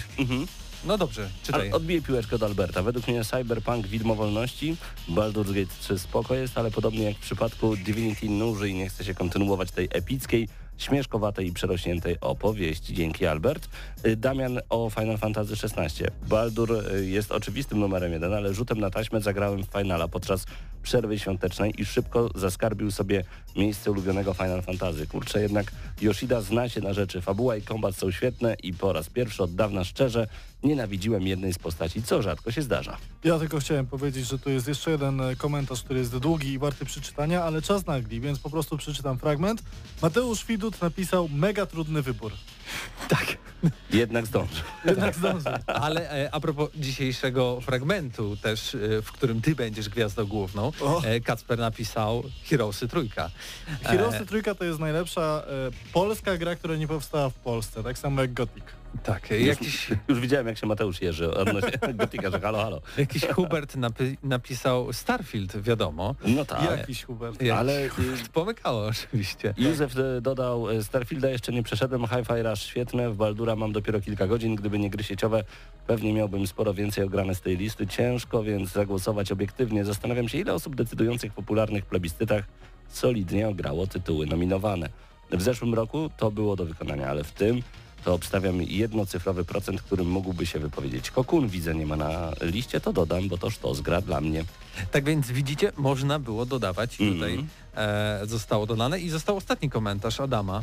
Speaker 6: No dobrze, czytaj.
Speaker 2: Odbiję piłeczkę od Alberta. Według mnie Cyberpunk Widmo Wolności, Baldur's Gate 3 spoko jest, ale podobnie jak w przypadku Divinity nuży i nie chce się kontynuować tej epickiej, śmieszkowatej i przerośniętej opowieści. Dzięki, Albert. Damian o Final Fantasy XVI. Baldur jest oczywistym numerem 1, ale rzutem na taśmę zagrałem w Finala podczas przerwy świątecznej i szybko zaskarbił sobie miejsce ulubionego Final Fantasy. Kurczę, jednak Yoshida zna się na rzeczy. Fabuła i kombat są świetne i po raz pierwszy od dawna szczerze nienawidziłem jednej z postaci, co rzadko się zdarza.
Speaker 5: Ja tylko chciałem powiedzieć, że tu jest jeszcze jeden komentarz, który jest długi i warty przeczytania, ale czas nagli, więc po prostu przeczytam fragment. Mateusz Widut napisał mega trudny wybór.
Speaker 6: Tak.
Speaker 2: Jednak zdąży.
Speaker 5: Jednak zdąży.
Speaker 6: Ale a propos dzisiejszego fragmentu też, w którym ty będziesz gwiazdą główną, Kacper napisał Heroesy Trójka.
Speaker 5: Heroesy Trójka to jest najlepsza polska gra, która nie powstała w Polsce, tak samo jak Gothic.
Speaker 6: Tak,
Speaker 2: Już widziałem, jak się Mateusz jeży odnośnie Gotika, że halo.
Speaker 6: Jakiś Hubert napisał Starfield, wiadomo.
Speaker 2: No tak.
Speaker 5: Jakiś Hubert.
Speaker 2: Ale
Speaker 6: pomykało oczywiście.
Speaker 2: Józef dodał, Starfielda jeszcze nie przeszedłem, Hi-Fi Rush świetne, w Baldura mam dopiero kilka godzin, gdyby nie gry sieciowe, pewnie miałbym sporo więcej ograne z tej listy. Ciężko więc zagłosować obiektywnie. Zastanawiam się, ile osób decydujących w popularnych plebiscytach solidnie ograło tytuły nominowane. W zeszłym roku to było do wykonania, ale w tym to obstawiam jednocyfrowy procent, którym mógłby się wypowiedzieć. Cocoon widzę nie ma na liście, to dodam, bo to sztos gra dla mnie.
Speaker 6: Tak więc widzicie, można było dodawać i tutaj zostało dodane i został ostatni komentarz Adama.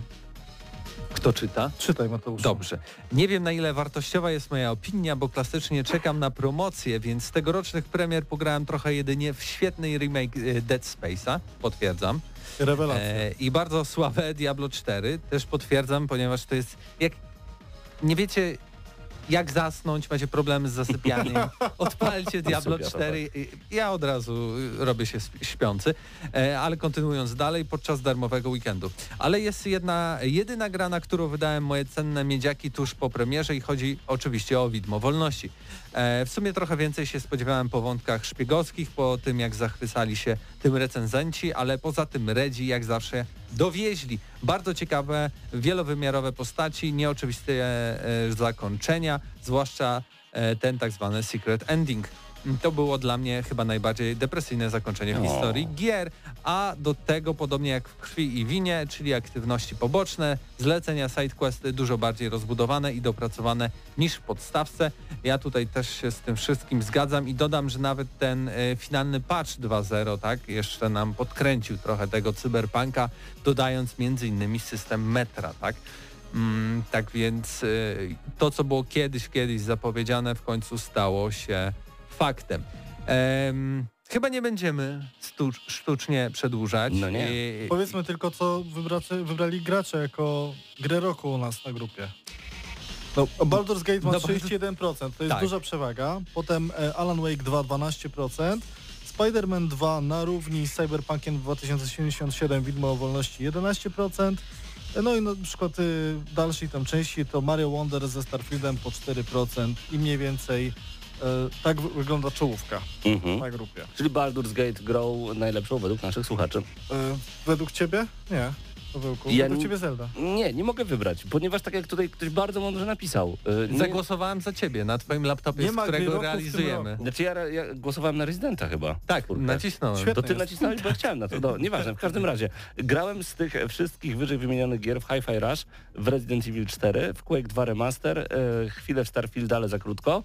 Speaker 6: Kto czyta?
Speaker 5: Czytaj, Mateusz.
Speaker 6: Dobrze. Nie wiem, na ile wartościowa jest moja opinia, bo klasycznie czekam na promocję, więc z tegorocznych premier pograłem trochę jedynie w świetnej remake Dead Space'a, potwierdzam.
Speaker 5: Rewelacja.
Speaker 6: I bardzo słabe Diablo 4, też potwierdzam, ponieważ to jest... Jak nie wiecie, jak zasnąć, macie problemy z zasypianiem, odpalcie Diablo 4. Ja od razu robię się śpiący, ale kontynuując dalej, podczas darmowego weekendu. Ale jest jedyna gra, na którą wydałem moje cenne miedziaki tuż po premierze i chodzi oczywiście o Widmo Wolności. W sumie trochę więcej się spodziewałem po wątkach szpiegowskich, po tym jak zachwycali się tym recenzenci, ale poza tym Redzi jak zawsze dowieźli. Bardzo ciekawe, wielowymiarowe postaci, nieoczywiste zakończenia, zwłaszcza ten tak zwany secret ending. To było dla mnie chyba najbardziej depresyjne zakończenie w historii gier, a do tego podobnie jak w Krwi i Winie, czyli aktywności poboczne, zlecenia, sidequesty dużo bardziej rozbudowane i dopracowane niż w podstawce. Ja tutaj też się z tym wszystkim zgadzam i dodam, że nawet ten finalny patch 2.0 tak, jeszcze nam podkręcił trochę tego cyberpunka, dodając m.in. system metra, tak? Tak więc to, co było kiedyś zapowiedziane, w końcu stało się faktem. Chyba nie będziemy sztucznie przedłużać.
Speaker 2: No nie.
Speaker 5: Powiedzmy tylko, co wybrali gracze jako grę roku u nas na grupie. No, Baldur's Gate ma 31%, to jest
Speaker 6: tak.
Speaker 5: Duża przewaga. Potem Alan Wake 2 12%. Spider-Man 2 na równi z Cyberpunkiem 2077 Widmo o Wolności 11%. No i na przykład dalszej tam części to Mario Wonder ze Starfieldem po 4% i mniej więcej tak wygląda czołówka na grupie.
Speaker 2: Czyli Baldur's Gate grą najlepszą według naszych słuchaczy.
Speaker 5: Według ciebie? Nie. Według ciebie Zelda.
Speaker 2: Nie mogę wybrać, ponieważ tak jak tutaj ktoś bardzo mądrze napisał.
Speaker 6: Zagłosowałem za ciebie na twoim laptopie, z którego realizujemy.
Speaker 2: Znaczy ja głosowałem na Residenta chyba.
Speaker 6: Tak, nacisnąłem.
Speaker 5: Świetnie
Speaker 2: To ty nacisnąłeś, bo ja chciałem na to. No, nieważne, w każdym razie. Grałem z tych wszystkich wyżej wymienionych gier w Hi-Fi Rush, w Resident Evil 4, w Quake 2 Remaster, chwilę w Starfield, ale za krótko.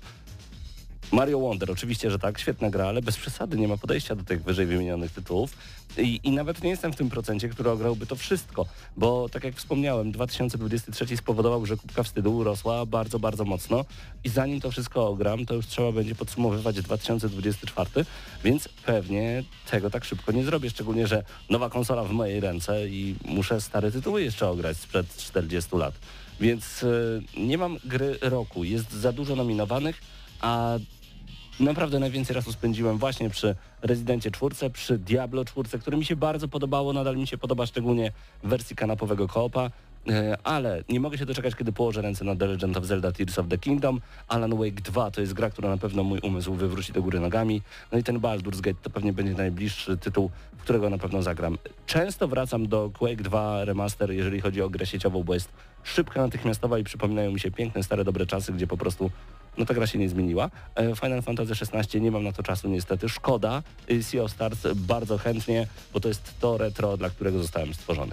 Speaker 2: Mario Wonder, oczywiście, że tak, świetna gra, ale bez przesady nie ma podejścia do tych wyżej wymienionych tytułów i nawet nie jestem w tym procencie, który ograłby to wszystko, bo tak jak wspomniałem, 2023 spowodował, że kubka wstydu urosła bardzo, bardzo mocno i zanim to wszystko ogram, to już trzeba będzie podsumowywać 2024, więc pewnie tego tak szybko nie zrobię, szczególnie, że nowa konsola w mojej ręce i muszę stare tytuły jeszcze ograć sprzed 40 lat, więc nie mam gry roku, jest za dużo nominowanych, a naprawdę najwięcej czasu spędziłem właśnie przy Rezydencie 4, przy Diablo 4, które mi się bardzo podobało, nadal mi się podoba szczególnie w wersji kanapowego koopa, ale nie mogę się doczekać, kiedy położę ręce na The Legend of Zelda Tears of the Kingdom. Alan Wake 2 to jest gra, która na pewno mój umysł wywróci do góry nogami. No i ten Baldur's Gate to pewnie będzie najbliższy tytuł, w którego na pewno zagram. Często wracam do Quake 2 Remaster, jeżeli chodzi o grę sieciową, bo jest szybka, natychmiastowa i przypominają mi się piękne, stare, dobre czasy, gdzie po prostu no ta gra się nie zmieniła. Final Fantasy XVI nie mam na to czasu niestety. Szkoda. Sea of Stars bardzo chętnie, bo to jest to retro, dla którego zostałem stworzony.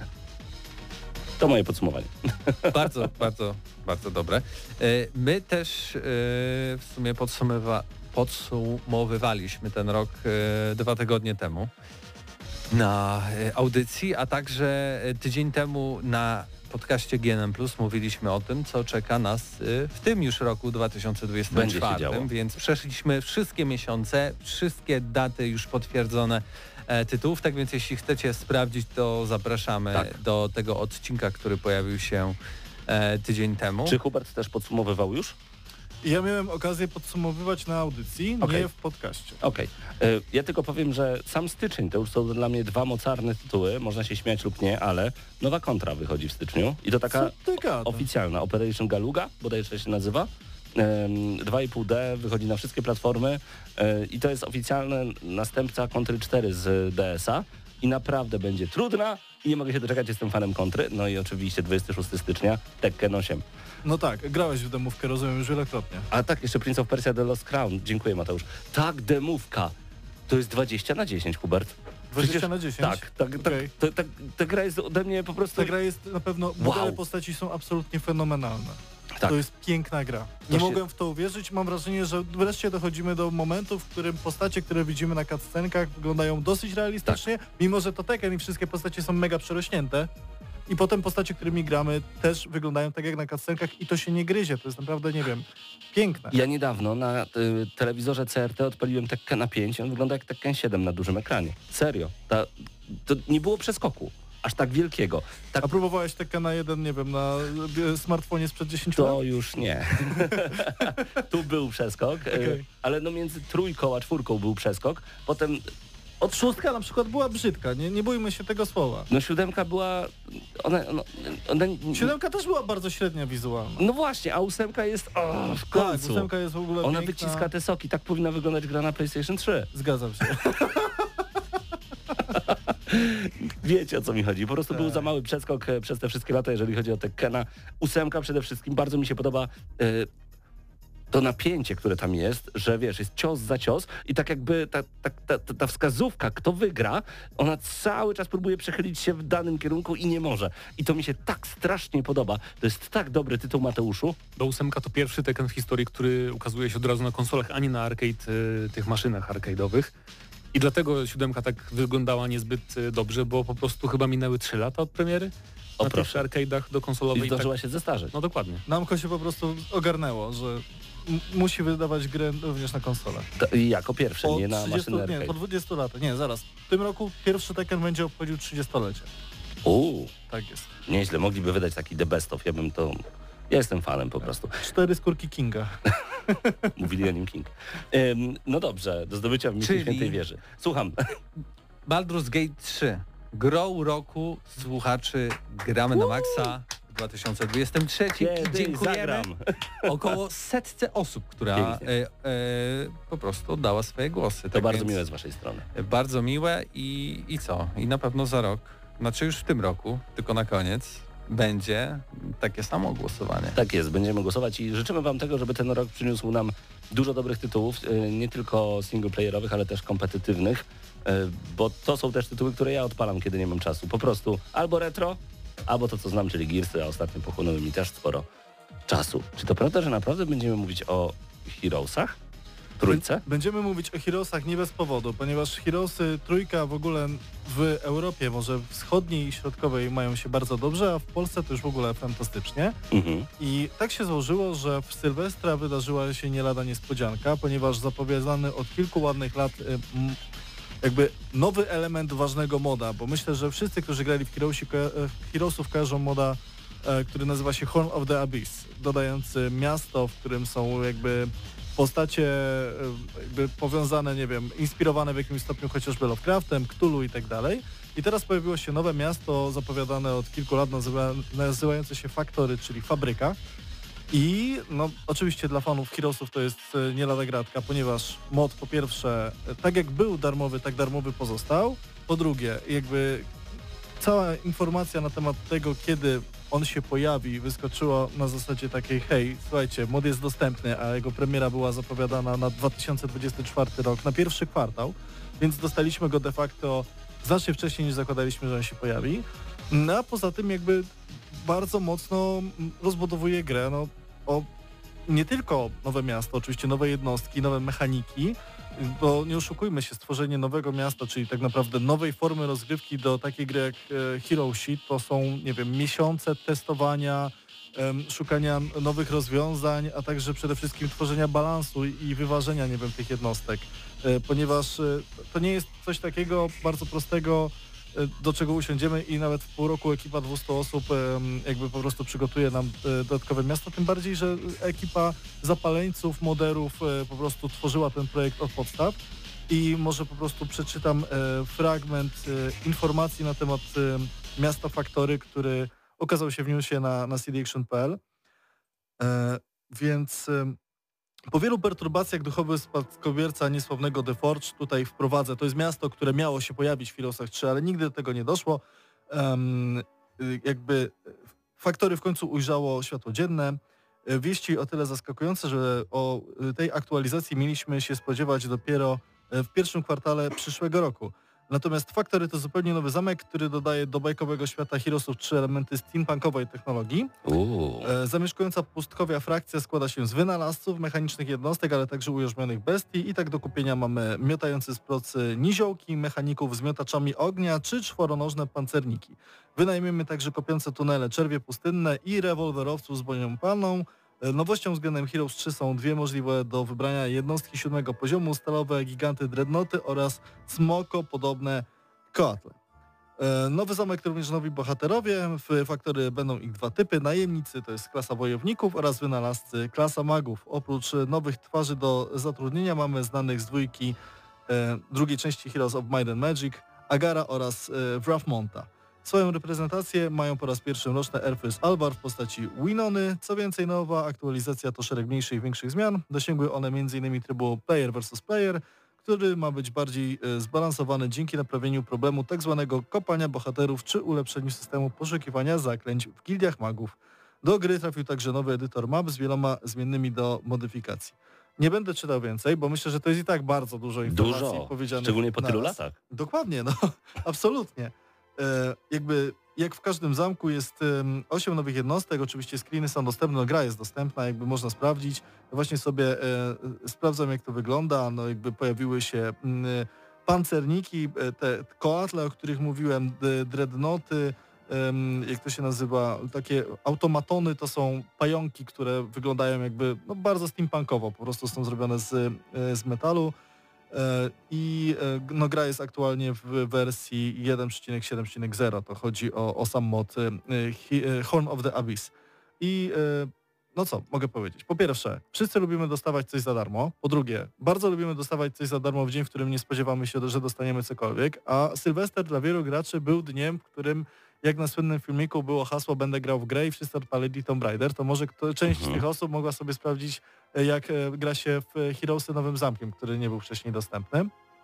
Speaker 2: To moje podsumowanie.
Speaker 6: Bardzo, bardzo, bardzo dobre. My też w sumie podsumowywaliśmy ten rok 2 tygodnie temu na audycji, a także tydzień temu na podcaście GNM+, mówiliśmy o tym, co czeka nas w tym już roku 2024, więc przeszliśmy wszystkie miesiące, wszystkie daty już potwierdzone tytułów, tak więc jeśli chcecie sprawdzić, to zapraszamy do tego odcinka, który pojawił się tydzień temu.
Speaker 2: Czy Hubert też podsumowywał już?
Speaker 5: Ja miałem okazję podsumowywać na audycji,
Speaker 2: Okej.
Speaker 5: nie w podcaście.
Speaker 2: Okej. Ja tylko powiem, że sam styczeń to już są dla mnie dwa mocarne tytuły, można się śmiać lub nie, ale nowa Kontra wychodzi w styczniu i to taka
Speaker 5: Co ty gadasz?
Speaker 2: oficjalna, Operation Galuga, bodajże się nazywa. 2,5D, wychodzi na wszystkie platformy i to jest oficjalny następca Kontry 4 z DS-a i naprawdę będzie trudna i nie mogę się doczekać, jestem fanem Kontry. No i oczywiście 26 stycznia Tekken 8.
Speaker 5: No tak, grałeś w demówkę, rozumiem, już wielokrotnie.
Speaker 2: A tak, jeszcze Prince of Persia The Lost Crown. Dziękuję, Mateusz. Tak, demówka. To jest 20/10, Hubert.
Speaker 5: 20/10?
Speaker 2: Tak,
Speaker 5: Okej.
Speaker 2: ta gra jest ode mnie po prostu...
Speaker 5: Ta gra jest na pewno, modele postaci są absolutnie fenomenalne.
Speaker 2: Tak.
Speaker 5: To jest piękna gra. Nie
Speaker 2: To się-
Speaker 5: mogłem w to uwierzyć. Mam wrażenie, że wreszcie dochodzimy do momentu, w którym postacie, które widzimy na cutscenkach, wyglądają dosyć realistycznie, mimo że to Tekken i wszystkie postacie są mega przerośnięte. I potem postacie, którymi gramy, też wyglądają tak jak na cutscenkach i to się nie gryzie. To jest naprawdę, nie wiem, piękne.
Speaker 2: Ja niedawno na telewizorze CRT odpaliłem Tekkena 5 i on wygląda jak Tekken 7 na dużym ekranie. Serio. To nie było przeskoku. Aż tak wielkiego. Tak,
Speaker 5: A próbowałeś Tekkena 1, nie wiem, na smartfonie sprzed 10 lat?
Speaker 2: to już nie. Tu był przeskok,
Speaker 5: Okej.
Speaker 2: ale no między 3 a 4 był przeskok. Potem
Speaker 5: Od 6 na przykład była brzydka, nie bójmy się tego słowa.
Speaker 2: no 7 była... Ona
Speaker 5: 7 też była bardzo średnia wizualna.
Speaker 2: No właśnie, a 8 jest w
Speaker 5: Tak,
Speaker 2: końcu.
Speaker 5: 8 jest w ogóle
Speaker 2: Ona
Speaker 5: piękna.
Speaker 2: wyciska te soki. Tak powinna wyglądać gra na PlayStation 3.
Speaker 5: Zgadzam się.
Speaker 2: Wiecie, o co mi chodzi. Po prostu
Speaker 5: Tak.
Speaker 2: był za mały przeskok przez te wszystkie lata, jeżeli chodzi o Tekkena. 8 przede wszystkim. Bardzo mi się podoba to napięcie, które tam jest, że wiesz, jest cios za cios i tak jakby ta wskazówka, kto wygra, ona cały czas próbuje przechylić się w danym kierunku i nie może. I to mi się tak strasznie podoba. To jest tak dobry tytuł, Mateuszu.
Speaker 3: Do 8 to pierwszy Tekken w historii, który ukazuje się od razu na konsolach, a nie na arcade, tych maszynach arcade'owych. I dlatego 7 tak wyglądała niezbyt dobrze, bo po prostu chyba minęły 3 lata od premiery
Speaker 2: O,
Speaker 3: na tych
Speaker 2: proszę.
Speaker 3: arcade'ach do
Speaker 2: I
Speaker 3: konsolowej.
Speaker 2: zdążyła się zestarzeć.
Speaker 3: No dokładnie.
Speaker 5: Namco się po prostu ogarnęło, że musi wydawać grę również na konsolę.
Speaker 2: Jako pierwszy, nie na maszynę
Speaker 5: nie,
Speaker 2: arcade.
Speaker 5: po 20 latach. Nie, zaraz. W tym roku pierwszy Tekken będzie obchodził 30-lecie. Tak jest.
Speaker 2: Nieźle, mogliby wydać taki The Best of, ja jestem fanem po prostu.
Speaker 5: 4 skórki Kinga.
Speaker 2: Mówili o nim King. No dobrze, do zdobycia w Misji
Speaker 6: Czyli-
Speaker 2: Świętej Wieży. Słucham.
Speaker 6: Baldur's Gate 3. Grą roku słuchaczy Gramy na Maxa w 2023 i
Speaker 2: Kiedy
Speaker 6: dziękujemy
Speaker 2: zagram?
Speaker 6: około 100 osób, która
Speaker 2: Pięknie.
Speaker 6: po prostu oddała swoje głosy.
Speaker 2: To
Speaker 6: Tak
Speaker 2: bardzo
Speaker 6: więc
Speaker 2: miłe z waszej strony.
Speaker 6: Bardzo miłe i co? I na pewno za rok, znaczy już w tym roku, tylko na koniec, będzie takie samo głosowanie.
Speaker 2: Tak jest, będziemy głosować i życzymy wam tego, żeby ten rok przyniósł nam dużo dobrych tytułów, nie tylko singleplayerowych, ale też kompetytywnych, bo to są też tytuły, które ja odpalam, kiedy nie mam czasu. Po prostu albo retro, albo to, co znam, czyli Gearsy, a ostatnio pochłonęły mi też sporo czasu. Czy to prawda, że naprawdę będziemy mówić o Heroesach? Trójce?
Speaker 5: Będziemy mówić o Heroesach nie bez powodu, ponieważ Heroesy trójka w ogóle w Europie, może wschodniej i środkowej mają się bardzo dobrze, a w Polsce to już w ogóle fantastycznie.
Speaker 2: Mhm.
Speaker 5: I tak się złożyło, że w Sylwestra wydarzyła się nie lada niespodzianka, ponieważ zapowiadany od kilku ładnych lat jakby nowy element ważnego moda, bo myślę, że wszyscy, którzy grali w Heroesów kojarzą moda, który nazywa się Horn of the Abyss, dodający miasto, w którym są jakby postacie jakby powiązane, nie wiem, inspirowane w jakimś stopniu chociażby Lovecraftem, Cthulhu i tak dalej. I teraz pojawiło się nowe miasto zapowiadane od kilku lat, nazywające się Factory, czyli fabryka. I no oczywiście dla fanów Heroesów to jest nie lada gratka, ponieważ mod po pierwsze, tak jak był darmowy, tak darmowy pozostał. Po drugie, jakby cała informacja na temat tego, kiedy on się pojawi, wyskoczyła na zasadzie takiej, hej, słuchajcie, mod jest dostępny, a jego premiera była zapowiadana na 2024 rok, na pierwszy kwartał, więc dostaliśmy go de facto znacznie wcześniej niż zakładaliśmy, że on się pojawi. No a poza tym jakby bardzo mocno rozbudowuje grę, no, o nie tylko nowe miasto, oczywiście nowe jednostki, nowe mechaniki, bo nie oszukujmy się, stworzenie nowego miasta, czyli tak naprawdę nowej formy rozgrywki do takiej gry jak Heroesi, to są, nie wiem, miesiące testowania, szukania nowych rozwiązań, a także przede wszystkim tworzenia balansu i wyważenia, nie wiem, tych jednostek, ponieważ to nie jest coś takiego bardzo prostego do czego usiądziemy i nawet w pół roku ekipa 200 osób jakby po prostu przygotuje nam dodatkowe miasto, tym bardziej, że ekipa zapaleńców, moderów po prostu tworzyła ten projekt od podstaw i może po prostu przeczytam fragment informacji na temat miasta Faktory, który ukazał się w newsie na cdaction.pl. Więc po wielu perturbacjach duchowy spadkobierca niesławnego The Forge tutaj wprowadza. To jest miasto, które miało się pojawić w Heroesach 3, ale nigdy do tego nie doszło. Jakby Faktory w końcu ujrzało światło dzienne. Wieści o tyle zaskakujące, że o tej aktualizacji mieliśmy się spodziewać dopiero w pierwszym kwartale przyszłego roku. Natomiast Faktory to zupełnie nowy zamek, który dodaje do bajkowego świata Heroesów 3 elementy steampunkowej technologii. Zamieszkująca pustkowia frakcja składa się z wynalazców, mechanicznych jednostek, ale także ujarzmionych bestii i tak do kupienia mamy miotający z procy niziołki, mechaników z miotaczami ognia czy czworonożne pancerniki. Wynajmiemy także kopiące tunele czerwie pustynne i rewolwerowców z bronią palną. Nowością względem Heroes 3 są dwie możliwe do wybrania jednostki 7 poziomu, stalowe giganty dreadnoty oraz smoko-podobne koatle. Nowy zamek to również nowi bohaterowie. W Faktory będą ich dwa typy. Najemnicy to jest klasa wojowników oraz wynalazcy klasa magów. Oprócz nowych twarzy do zatrudnienia mamy znanych z dwójki drugiej części Heroes of Might and Magic, Agara oraz Wrathmonta. Swoją reprezentację mają po raz pierwszy mroczne elfy z Alvar w postaci Winony. Co więcej, nowa aktualizacja to szereg mniejszych i większych zmian. Dosięgły one m.in. trybu Player vs. Player, który ma być bardziej zbalansowany dzięki naprawieniu problemu tzw. kopania bohaterów czy ulepszeniu systemu poszukiwania zaklęć w gildiach magów. Do gry trafił także nowy edytor map z wieloma zmiennymi do modyfikacji. Nie będę czytał więcej, bo myślę, że to jest i tak bardzo dużo informacji powiedzianych.
Speaker 2: Szczególnie po tylu
Speaker 5: naraz.
Speaker 2: latach.
Speaker 5: Dokładnie, no absolutnie. Jakby jak w każdym zamku jest 8 nowych jednostek, oczywiście screeny są dostępne, no gra jest dostępna, jakby można sprawdzić. Właśnie sobie sprawdzam, jak to wygląda, no jakby pojawiły się pancerniki, te koatle, o których mówiłem, dreadnoty, jak to się nazywa, takie automatony, to są pająki, które wyglądają jakby no, bardzo steampunkowo, po prostu są zrobione z metalu. I no, gra jest aktualnie w wersji 1.7.0, to chodzi o sam mod Horn of the Abyss. I no co, mogę powiedzieć. Po pierwsze, wszyscy lubimy dostawać coś za darmo. Po drugie, bardzo lubimy dostawać coś za darmo w dzień, w którym nie spodziewamy się, że dostaniemy cokolwiek. A Sylwester dla wielu graczy był dniem, w którym jak na słynnym filmiku było hasło "będę grał w grę" i wszyscy odpalili Tomb Raider, to może część z tych osób mogła sobie sprawdzić, jak gra się w Heroesy Nowym Zamkiem, który nie był wcześniej dostępny.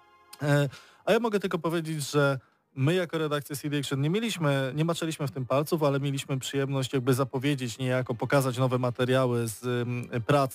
Speaker 5: A ja mogę tylko powiedzieć, że my jako redakcja CD Action nie maczaliśmy w tym palców, ale mieliśmy przyjemność jakby zapowiedzieć niejako, pokazać nowe materiały z prac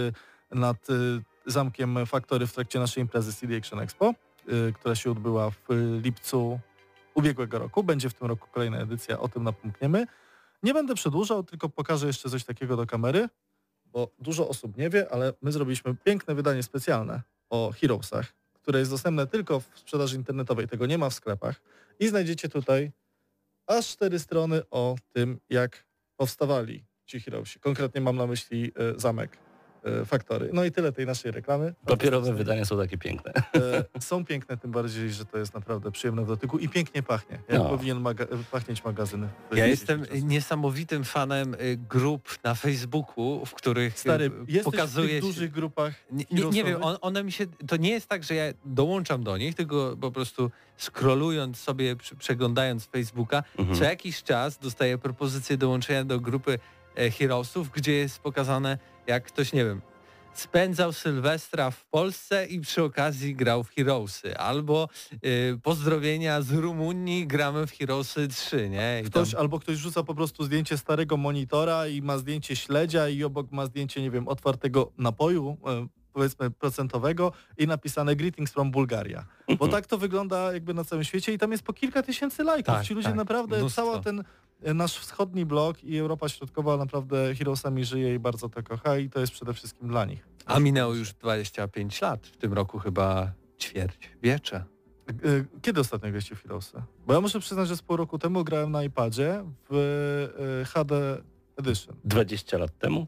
Speaker 5: nad zamkiem Faktory w trakcie naszej imprezy CD Action Expo, która się odbyła w lipcu ubiegłego roku. Będzie w tym roku kolejna edycja, o tym napomkniemy. Nie będę przedłużał, tylko pokażę jeszcze coś takiego do kamery, bo dużo osób nie wie, ale my zrobiliśmy piękne wydanie specjalne o Heroesach, które jest dostępne tylko w sprzedaży internetowej, tego nie ma w sklepach i znajdziecie tutaj aż 4 strony o tym, jak powstawali ci Heroesi. Konkretnie mam na myśli zamek Faktory. No i tyle tej naszej reklamy.
Speaker 2: Papierowe wydania są takie piękne.
Speaker 5: Są piękne, tym bardziej, że to jest naprawdę przyjemne w dotyku i pięknie pachnie. Jak powinien pachnieć magazyn.
Speaker 6: Ja jestem niesamowitym fanem grup na Facebooku, w których pokazujesz...
Speaker 5: w tych dużych grupach
Speaker 6: nie wiem, one mi się... To nie jest tak, że ja dołączam do nich, tylko po prostu scrollując sobie, przeglądając Facebooka, co jakiś czas dostaję propozycję dołączenia do grupy Heroesów, gdzie jest pokazane, jak ktoś, nie wiem, spędzał Sylwestra w Polsce i przy okazji grał w Heroesy. Albo pozdrowienia z Rumunii, gramy w Heroesy 3, nie?
Speaker 5: Albo ktoś rzuca po prostu zdjęcie starego monitora i ma zdjęcie śledzia i obok ma zdjęcie, nie wiem, otwartego napoju, powiedzmy procentowego i napisane "Greetings from Bulgaria". Bo tak to wygląda jakby na całym świecie i tam jest po kilka tysięcy lajków. Ci ludzie naprawdę,
Speaker 6: mnóstwo.
Speaker 5: Cała ten nasz wschodni blok i Europa Środkowa naprawdę Heroesami żyje i bardzo to kocha i to jest przede wszystkim dla nich.
Speaker 6: A minęło już 25 lat, w tym roku chyba ćwierćwiecze.
Speaker 5: Kiedy ostatnio graliście w Heroesy? Bo ja muszę przyznać, że z pół roku temu grałem na iPadzie w HD Edition.
Speaker 2: 20 lat temu?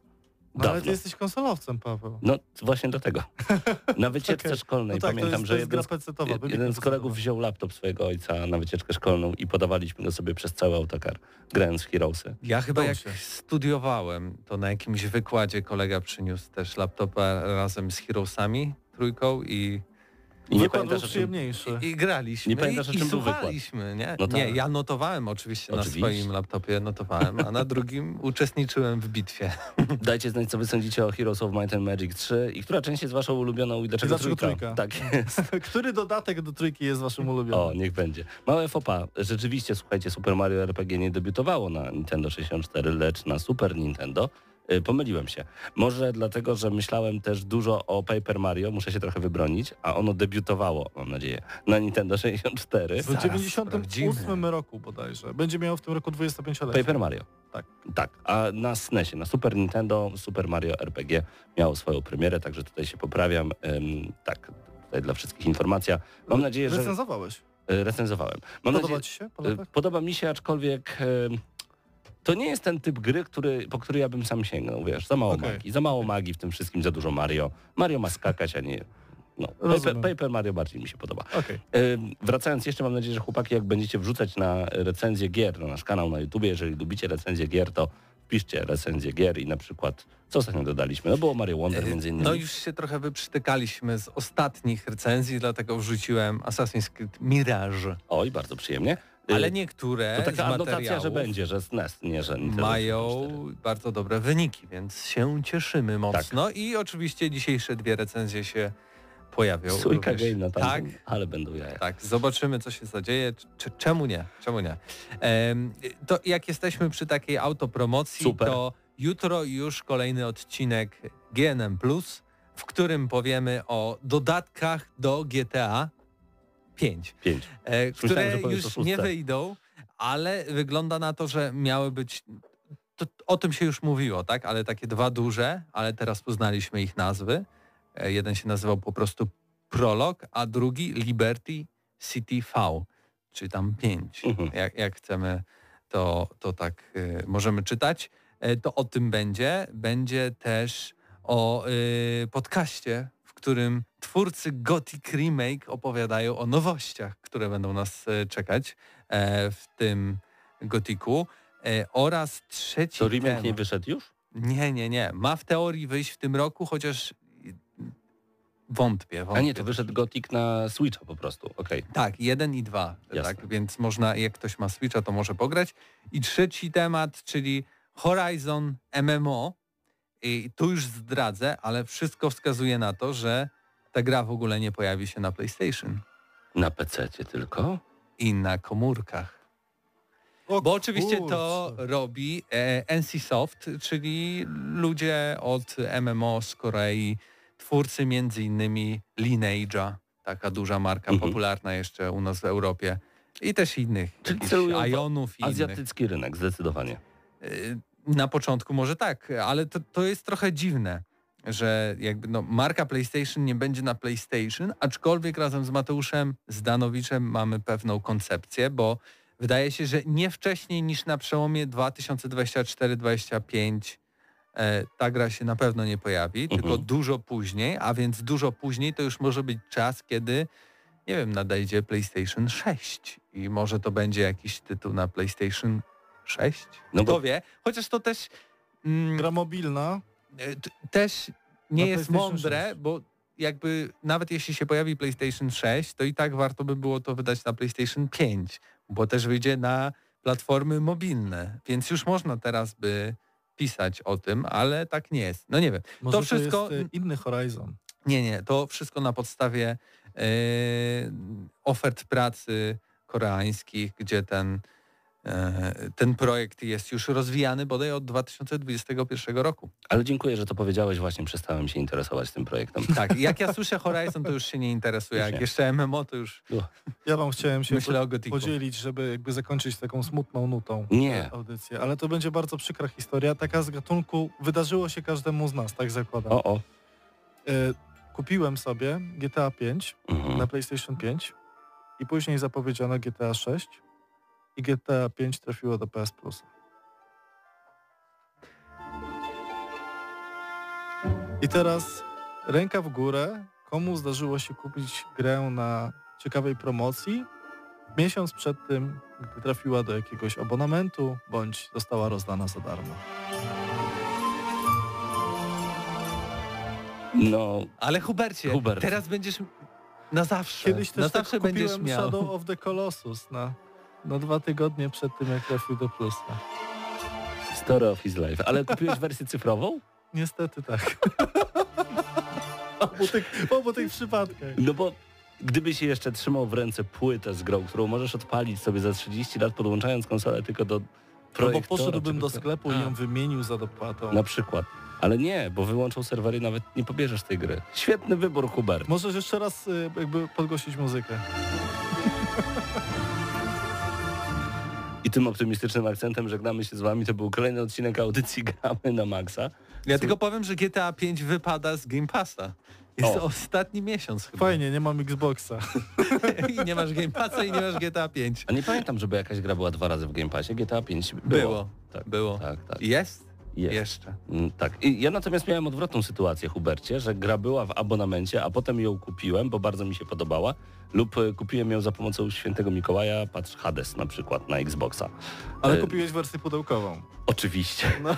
Speaker 5: No, ale
Speaker 2: Dawno.
Speaker 5: ty jesteś konsolowcem, Paweł.
Speaker 2: No właśnie do tego. Na wycieczce
Speaker 5: Okej.
Speaker 2: szkolnej
Speaker 5: No tak,
Speaker 2: pamiętam,
Speaker 5: to
Speaker 2: że
Speaker 5: jest gra pecetowa, wybitna
Speaker 2: jeden z kolegów
Speaker 5: pecetowa.
Speaker 2: wziął laptop swojego ojca na wycieczkę szkolną i podawaliśmy go sobie przez cały autokar, grając w Heroesy.
Speaker 6: Ja chyba jak
Speaker 5: Dobrze.
Speaker 6: studiowałem, to na jakimś wykładzie kolega przyniósł też laptopa razem z Heroesami, trójką i
Speaker 2: I nie
Speaker 5: Wykład był
Speaker 2: pamiętasz, o czym...
Speaker 5: przyjemniejszy.
Speaker 6: I graliśmy.
Speaker 2: Nie pamiętasz, o
Speaker 6: i
Speaker 2: czym był wykład?
Speaker 6: słuchaliśmy, nie?
Speaker 2: No tak.
Speaker 6: Nie, ja notowałem oczywiście,
Speaker 2: Oczywiście.
Speaker 6: na swoim laptopie notowałem, a na drugim uczestniczyłem w bitwie.
Speaker 2: Dajcie znać, co wy sądzicie o Heroes of Might and Magic 3 i która część jest waszą ulubioną i dlaczego,
Speaker 5: I dlaczego trójka?
Speaker 2: Tak jest.
Speaker 5: Który dodatek do trójki jest waszym ulubionym?
Speaker 2: O, niech będzie. Małe fopa. Rzeczywiście, słuchajcie, Super Mario RPG nie debiutowało na Nintendo 64, lecz na Super Nintendo. Pomyliłem się. Może dlatego, że myślałem też dużo o Paper Mario, muszę się trochę wybronić, a ono debiutowało, mam nadzieję, na Nintendo 64.
Speaker 5: W
Speaker 6: Zaraz
Speaker 5: 98
Speaker 6: sprawdzimy.
Speaker 5: roku bodajże. Będzie miał w tym roku 25-lecie.
Speaker 2: Paper Mario.
Speaker 5: Tak.
Speaker 2: Tak, a na SNESie, na Super Nintendo, Super Mario RPG miało swoją premierę, także tutaj się poprawiam. Tak, tutaj dla wszystkich informacja. Mam nadzieję, że
Speaker 5: Recenzowałeś.
Speaker 2: recenzowałem. Mam
Speaker 5: Podoba
Speaker 2: nadzieję,
Speaker 5: ci się? Podoba?
Speaker 2: Podoba mi się, aczkolwiek to nie jest ten typ gry, po który ja bym sam sięgnął, wiesz, za mało
Speaker 5: Okej.
Speaker 2: magii, za mało magii w tym wszystkim, za dużo Mario. Mario ma skakać, a nie... No,
Speaker 5: Rozumiem.
Speaker 2: Paper Mario bardziej mi się podoba.
Speaker 5: Okej.
Speaker 2: Wracając jeszcze, mam nadzieję, że chłopaki, jak będziecie wrzucać na recenzję gier, na nasz kanał na YouTubie, jeżeli lubicie recenzję gier, to wpiszcie recenzję gier i na przykład, co ostatnio dodaliśmy? No było Mario Wonder między innymi.
Speaker 6: No już się trochę wyprztykaliśmy z ostatnich recenzji, dlatego wrzuciłem Assassin's Creed Mirage.
Speaker 2: Oj, bardzo przyjemnie.
Speaker 6: Ale niektóre
Speaker 2: To taka
Speaker 6: z
Speaker 2: anotacja,
Speaker 6: materiałów
Speaker 2: że będzie, że SNES, nie, że Nintendo
Speaker 6: mają
Speaker 2: 64.
Speaker 6: bardzo dobre wyniki, więc się cieszymy mocno. I oczywiście dzisiejsze dwie recenzje się pojawią.
Speaker 2: Sójka
Speaker 6: również.
Speaker 2: game na tam,
Speaker 6: Tak,
Speaker 2: ale będą jaja.
Speaker 6: tak, zobaczymy co się zadzieje. Czemu nie? Czemu nie? To jak jesteśmy przy takiej autopromocji,
Speaker 2: Super.
Speaker 6: to jutro już kolejny odcinek GNM+, w którym powiemy o dodatkach do GTA 5,
Speaker 2: 5.
Speaker 6: które
Speaker 2: że powiesz
Speaker 6: już
Speaker 2: o
Speaker 6: nie
Speaker 2: szóstce.
Speaker 6: wyjdą, ale wygląda na to, że miały być, o tym się już mówiło, tak? Ale takie dwa duże, ale teraz poznaliśmy ich nazwy. Jeden się nazywał po prostu Prolog, a drugi Liberty City V, czy tam 5.
Speaker 2: Mhm.
Speaker 6: Jak chcemy, to tak możemy czytać. To o tym będzie. Będzie też o podcaście, w którym twórcy Gothic Remake opowiadają o nowościach, które będą nas czekać w tym Gothicu. Oraz trzeci
Speaker 2: To remake
Speaker 6: temat.
Speaker 2: nie wyszedł już?
Speaker 6: Nie. Ma w teorii wyjść w tym roku, chociaż wątpię.
Speaker 2: A nie, to wyszedł Gothic na Switcha po prostu, okej.
Speaker 6: Tak, 1 i 2,
Speaker 2: Jasne.
Speaker 6: tak, więc można, jak ktoś ma Switcha, to może pograć. I trzeci temat, czyli Horizon MMO. I tu już zdradzę, ale wszystko wskazuje na to, że ta gra w ogóle nie pojawi się na PlayStation
Speaker 2: Na PC-cie tylko?
Speaker 6: i na komórkach.
Speaker 5: O
Speaker 6: Bo oczywiście to
Speaker 5: kurczę.
Speaker 6: robi NCSoft, czyli ludzie od MMO z Korei, twórcy między innymi Lineage'a, taka duża marka,
Speaker 2: Mhm.
Speaker 6: popularna jeszcze u nas w Europie i też innych,
Speaker 2: Czyli
Speaker 6: jakichś
Speaker 2: celują w
Speaker 6: Ionów i innych.
Speaker 2: Azjatycki rynek, zdecydowanie.
Speaker 6: Na początku może tak, ale to jest trochę dziwne, że jakby marka PlayStation nie będzie na PlayStation, aczkolwiek razem z Mateuszem Zdanowiczem mamy pewną koncepcję, bo wydaje się, że nie wcześniej niż na przełomie 2024-2025 ta gra się na pewno nie pojawi, tylko dużo później, a więc dużo później to już może być czas, kiedy, nie wiem, nadejdzie PlayStation 6 i może to będzie jakiś tytuł na PlayStation 6?
Speaker 2: No
Speaker 6: Kto
Speaker 2: bo-
Speaker 6: wie? Chociaż to też
Speaker 5: Gra mobilna.
Speaker 6: też nie
Speaker 5: Na
Speaker 6: jest
Speaker 5: PlayStation
Speaker 6: mądre,
Speaker 5: 6.
Speaker 6: bo jakby nawet jeśli się pojawi PlayStation 6, to i tak warto by było to wydać na PlayStation 5, bo też wyjdzie na platformy mobilne, więc już można teraz by pisać o tym, ale tak nie jest. No nie wiem.
Speaker 5: Może
Speaker 6: to wszystko...
Speaker 5: jest inny Horizon.
Speaker 6: Nie, to wszystko na podstawie ofert pracy koreańskich, gdzie ten projekt jest już rozwijany bodaj od 2021 roku.
Speaker 2: Ale dziękuję, że to powiedziałeś, właśnie przestałem się interesować tym projektem.
Speaker 6: Tak, jak ja słyszę Horizon, to już się nie interesuje.
Speaker 2: Już
Speaker 6: Jak
Speaker 2: nie.
Speaker 6: jeszcze MMO, to już
Speaker 5: Ja wam chciałem się
Speaker 6: myślę o Gothicu.
Speaker 5: podzielić, żeby jakby zakończyć taką smutną nutą
Speaker 2: Nie.
Speaker 5: audycję. Ale to będzie bardzo przykra historia. Taka z gatunku wydarzyło się każdemu z nas, tak zakładam.
Speaker 2: O.
Speaker 5: Kupiłem sobie GTA 5
Speaker 2: Mhm.
Speaker 5: na PlayStation 5 i później zapowiedziano GTA 6 i GTA 5 trafiło do PS Plus. I teraz ręka w górę, komu zdarzyło się kupić grę na ciekawej promocji miesiąc przed tym, gdy trafiła do jakiegoś abonamentu, bądź została rozdana za darmo.
Speaker 2: No,
Speaker 6: Ale Hubercie,
Speaker 2: Hubert.
Speaker 6: teraz będziesz na zawsze.
Speaker 5: Kiedyś
Speaker 6: na
Speaker 5: też tak
Speaker 6: zawsze będziesz
Speaker 5: kupiłem
Speaker 6: miał.
Speaker 5: Shadow of the Colossus na 2 tygodnie przed tym, jak trafił do plusa.
Speaker 2: Story of his life. Ale kupiłeś wersję cyfrową?
Speaker 5: Niestety tak. W obu tych przypadkach.
Speaker 2: No bo gdybyś jeszcze trzymał w ręce płytę z grą, którą możesz odpalić sobie za 30 lat, podłączając konsolę tylko do
Speaker 5: No bo
Speaker 2: projektora.
Speaker 5: poszedłbym do
Speaker 2: czy-
Speaker 5: sklepu i ją wymienił za dopłatą.
Speaker 2: Na przykład. Ale nie, bo wyłączą serwery i nawet nie pobierzesz tej gry. Świetny wybór, Hubert.
Speaker 5: Możesz jeszcze raz jakby podgłosić muzykę.
Speaker 2: I tym optymistycznym akcentem żegnamy się z wami. To był kolejny odcinek audycji Gramy na Maxa.
Speaker 6: Ja tylko powiem, że GTA 5 wypada z Game Passa. Jest
Speaker 2: O.
Speaker 6: ostatni miesiąc chyba.
Speaker 5: Fajnie, nie mam Xboxa.
Speaker 6: I nie masz Game Passa i nie masz GTA 5.
Speaker 2: A nie pamiętam, żeby jakaś gra była 2 razy w Game Passie. GTA 5
Speaker 6: Było.
Speaker 2: Tak,
Speaker 6: Było.
Speaker 2: tak.
Speaker 6: Jest?
Speaker 2: Jest.
Speaker 6: Jeszcze.
Speaker 2: Tak. I ja natomiast miałem odwrotną sytuację, Hubercie, że gra była w abonamencie, a potem ją kupiłem, bo bardzo mi się podobała, lub kupiłem ją za pomocą Świętego Mikołaja, patrz Hades na przykład, na Xboxa.
Speaker 5: Ale
Speaker 2: E,
Speaker 5: kupiłeś wersję pudełkową.
Speaker 2: Oczywiście.
Speaker 5: No.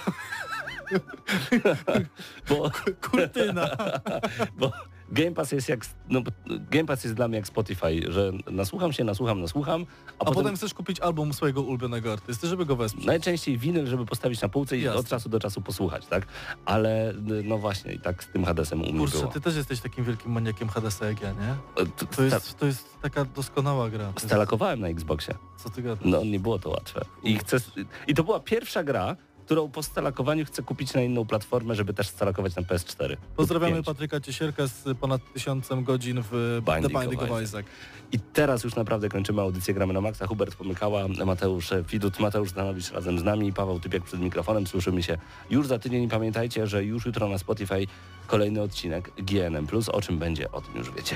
Speaker 2: Bo,
Speaker 5: Kurtyna.
Speaker 2: bo Game Pass jest jak... No, Game Pass jest dla mnie jak Spotify, że nasłucham,
Speaker 5: A potem chcesz kupić album swojego ulubionego artysty, żeby go wesprzeć.
Speaker 2: najczęściej winyl, żeby postawić na półce i
Speaker 5: Jasne.
Speaker 2: od czasu do czasu posłuchać, tak? Ale no właśnie, i tak z tym Hadesem u mnie
Speaker 5: Kurczę,
Speaker 2: było.
Speaker 5: ty też jesteś takim wielkim maniakiem Hadesa jak ja, nie?
Speaker 2: To
Speaker 5: To jest taka doskonała gra. To jest,
Speaker 2: stalakowałem na Xboxie.
Speaker 5: co ty gadasz?
Speaker 2: No nie było to łatwe. I to była pierwsza gra, którą po stalakowaniu chcę kupić na inną platformę, żeby też stalakować na PS4.
Speaker 5: Pozdrawiamy
Speaker 2: lub 5.
Speaker 5: Patryka Ciesierka z ponad 1000 godzin w
Speaker 2: Binding
Speaker 5: The Binding
Speaker 2: of
Speaker 5: of
Speaker 2: Isaac.
Speaker 5: Isaac.
Speaker 2: I teraz już naprawdę kończymy audycję Gramy na Maxa. Hubert Pomykała, Mateusz Widut, Mateusz Zdanowicz razem z nami, Paweł Typiak przed mikrofonem. Słyszymy się już za tydzień i pamiętajcie, że już jutro na Spotify kolejny odcinek GNM+. O czym będzie, o tym już wiecie.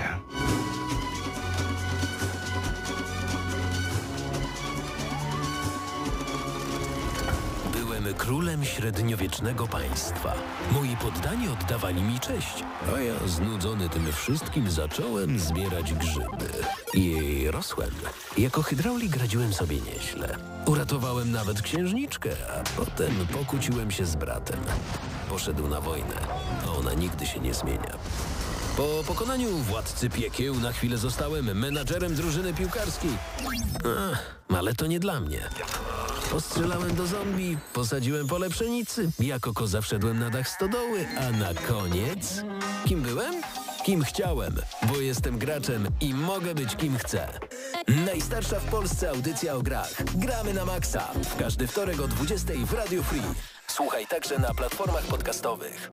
Speaker 1: Byłem królem średniowiecznego państwa. Moi poddani oddawali mi cześć, a ja znudzony tym wszystkim zacząłem zbierać grzyby. I rosłem. Jako hydraulik radziłem sobie nieźle. Uratowałem nawet księżniczkę, a potem pokłóciłem się z bratem. Poszedł na wojnę, a ona nigdy się nie zmienia. Po pokonaniu władcy piekieł na chwilę zostałem menadżerem drużyny piłkarskiej. Ale to nie dla mnie. Postrzelałem do zombie, posadziłem pole pszenicy, jako koza wszedłem na dach stodoły, a na koniec... Kim byłem? Kim chciałem, bo jestem graczem i mogę być kim chcę. Najstarsza w Polsce audycja o grach. Gramy na Maxa. W każdy wtorek o 20:00 w Radio Free. Słuchaj także na platformach podcastowych.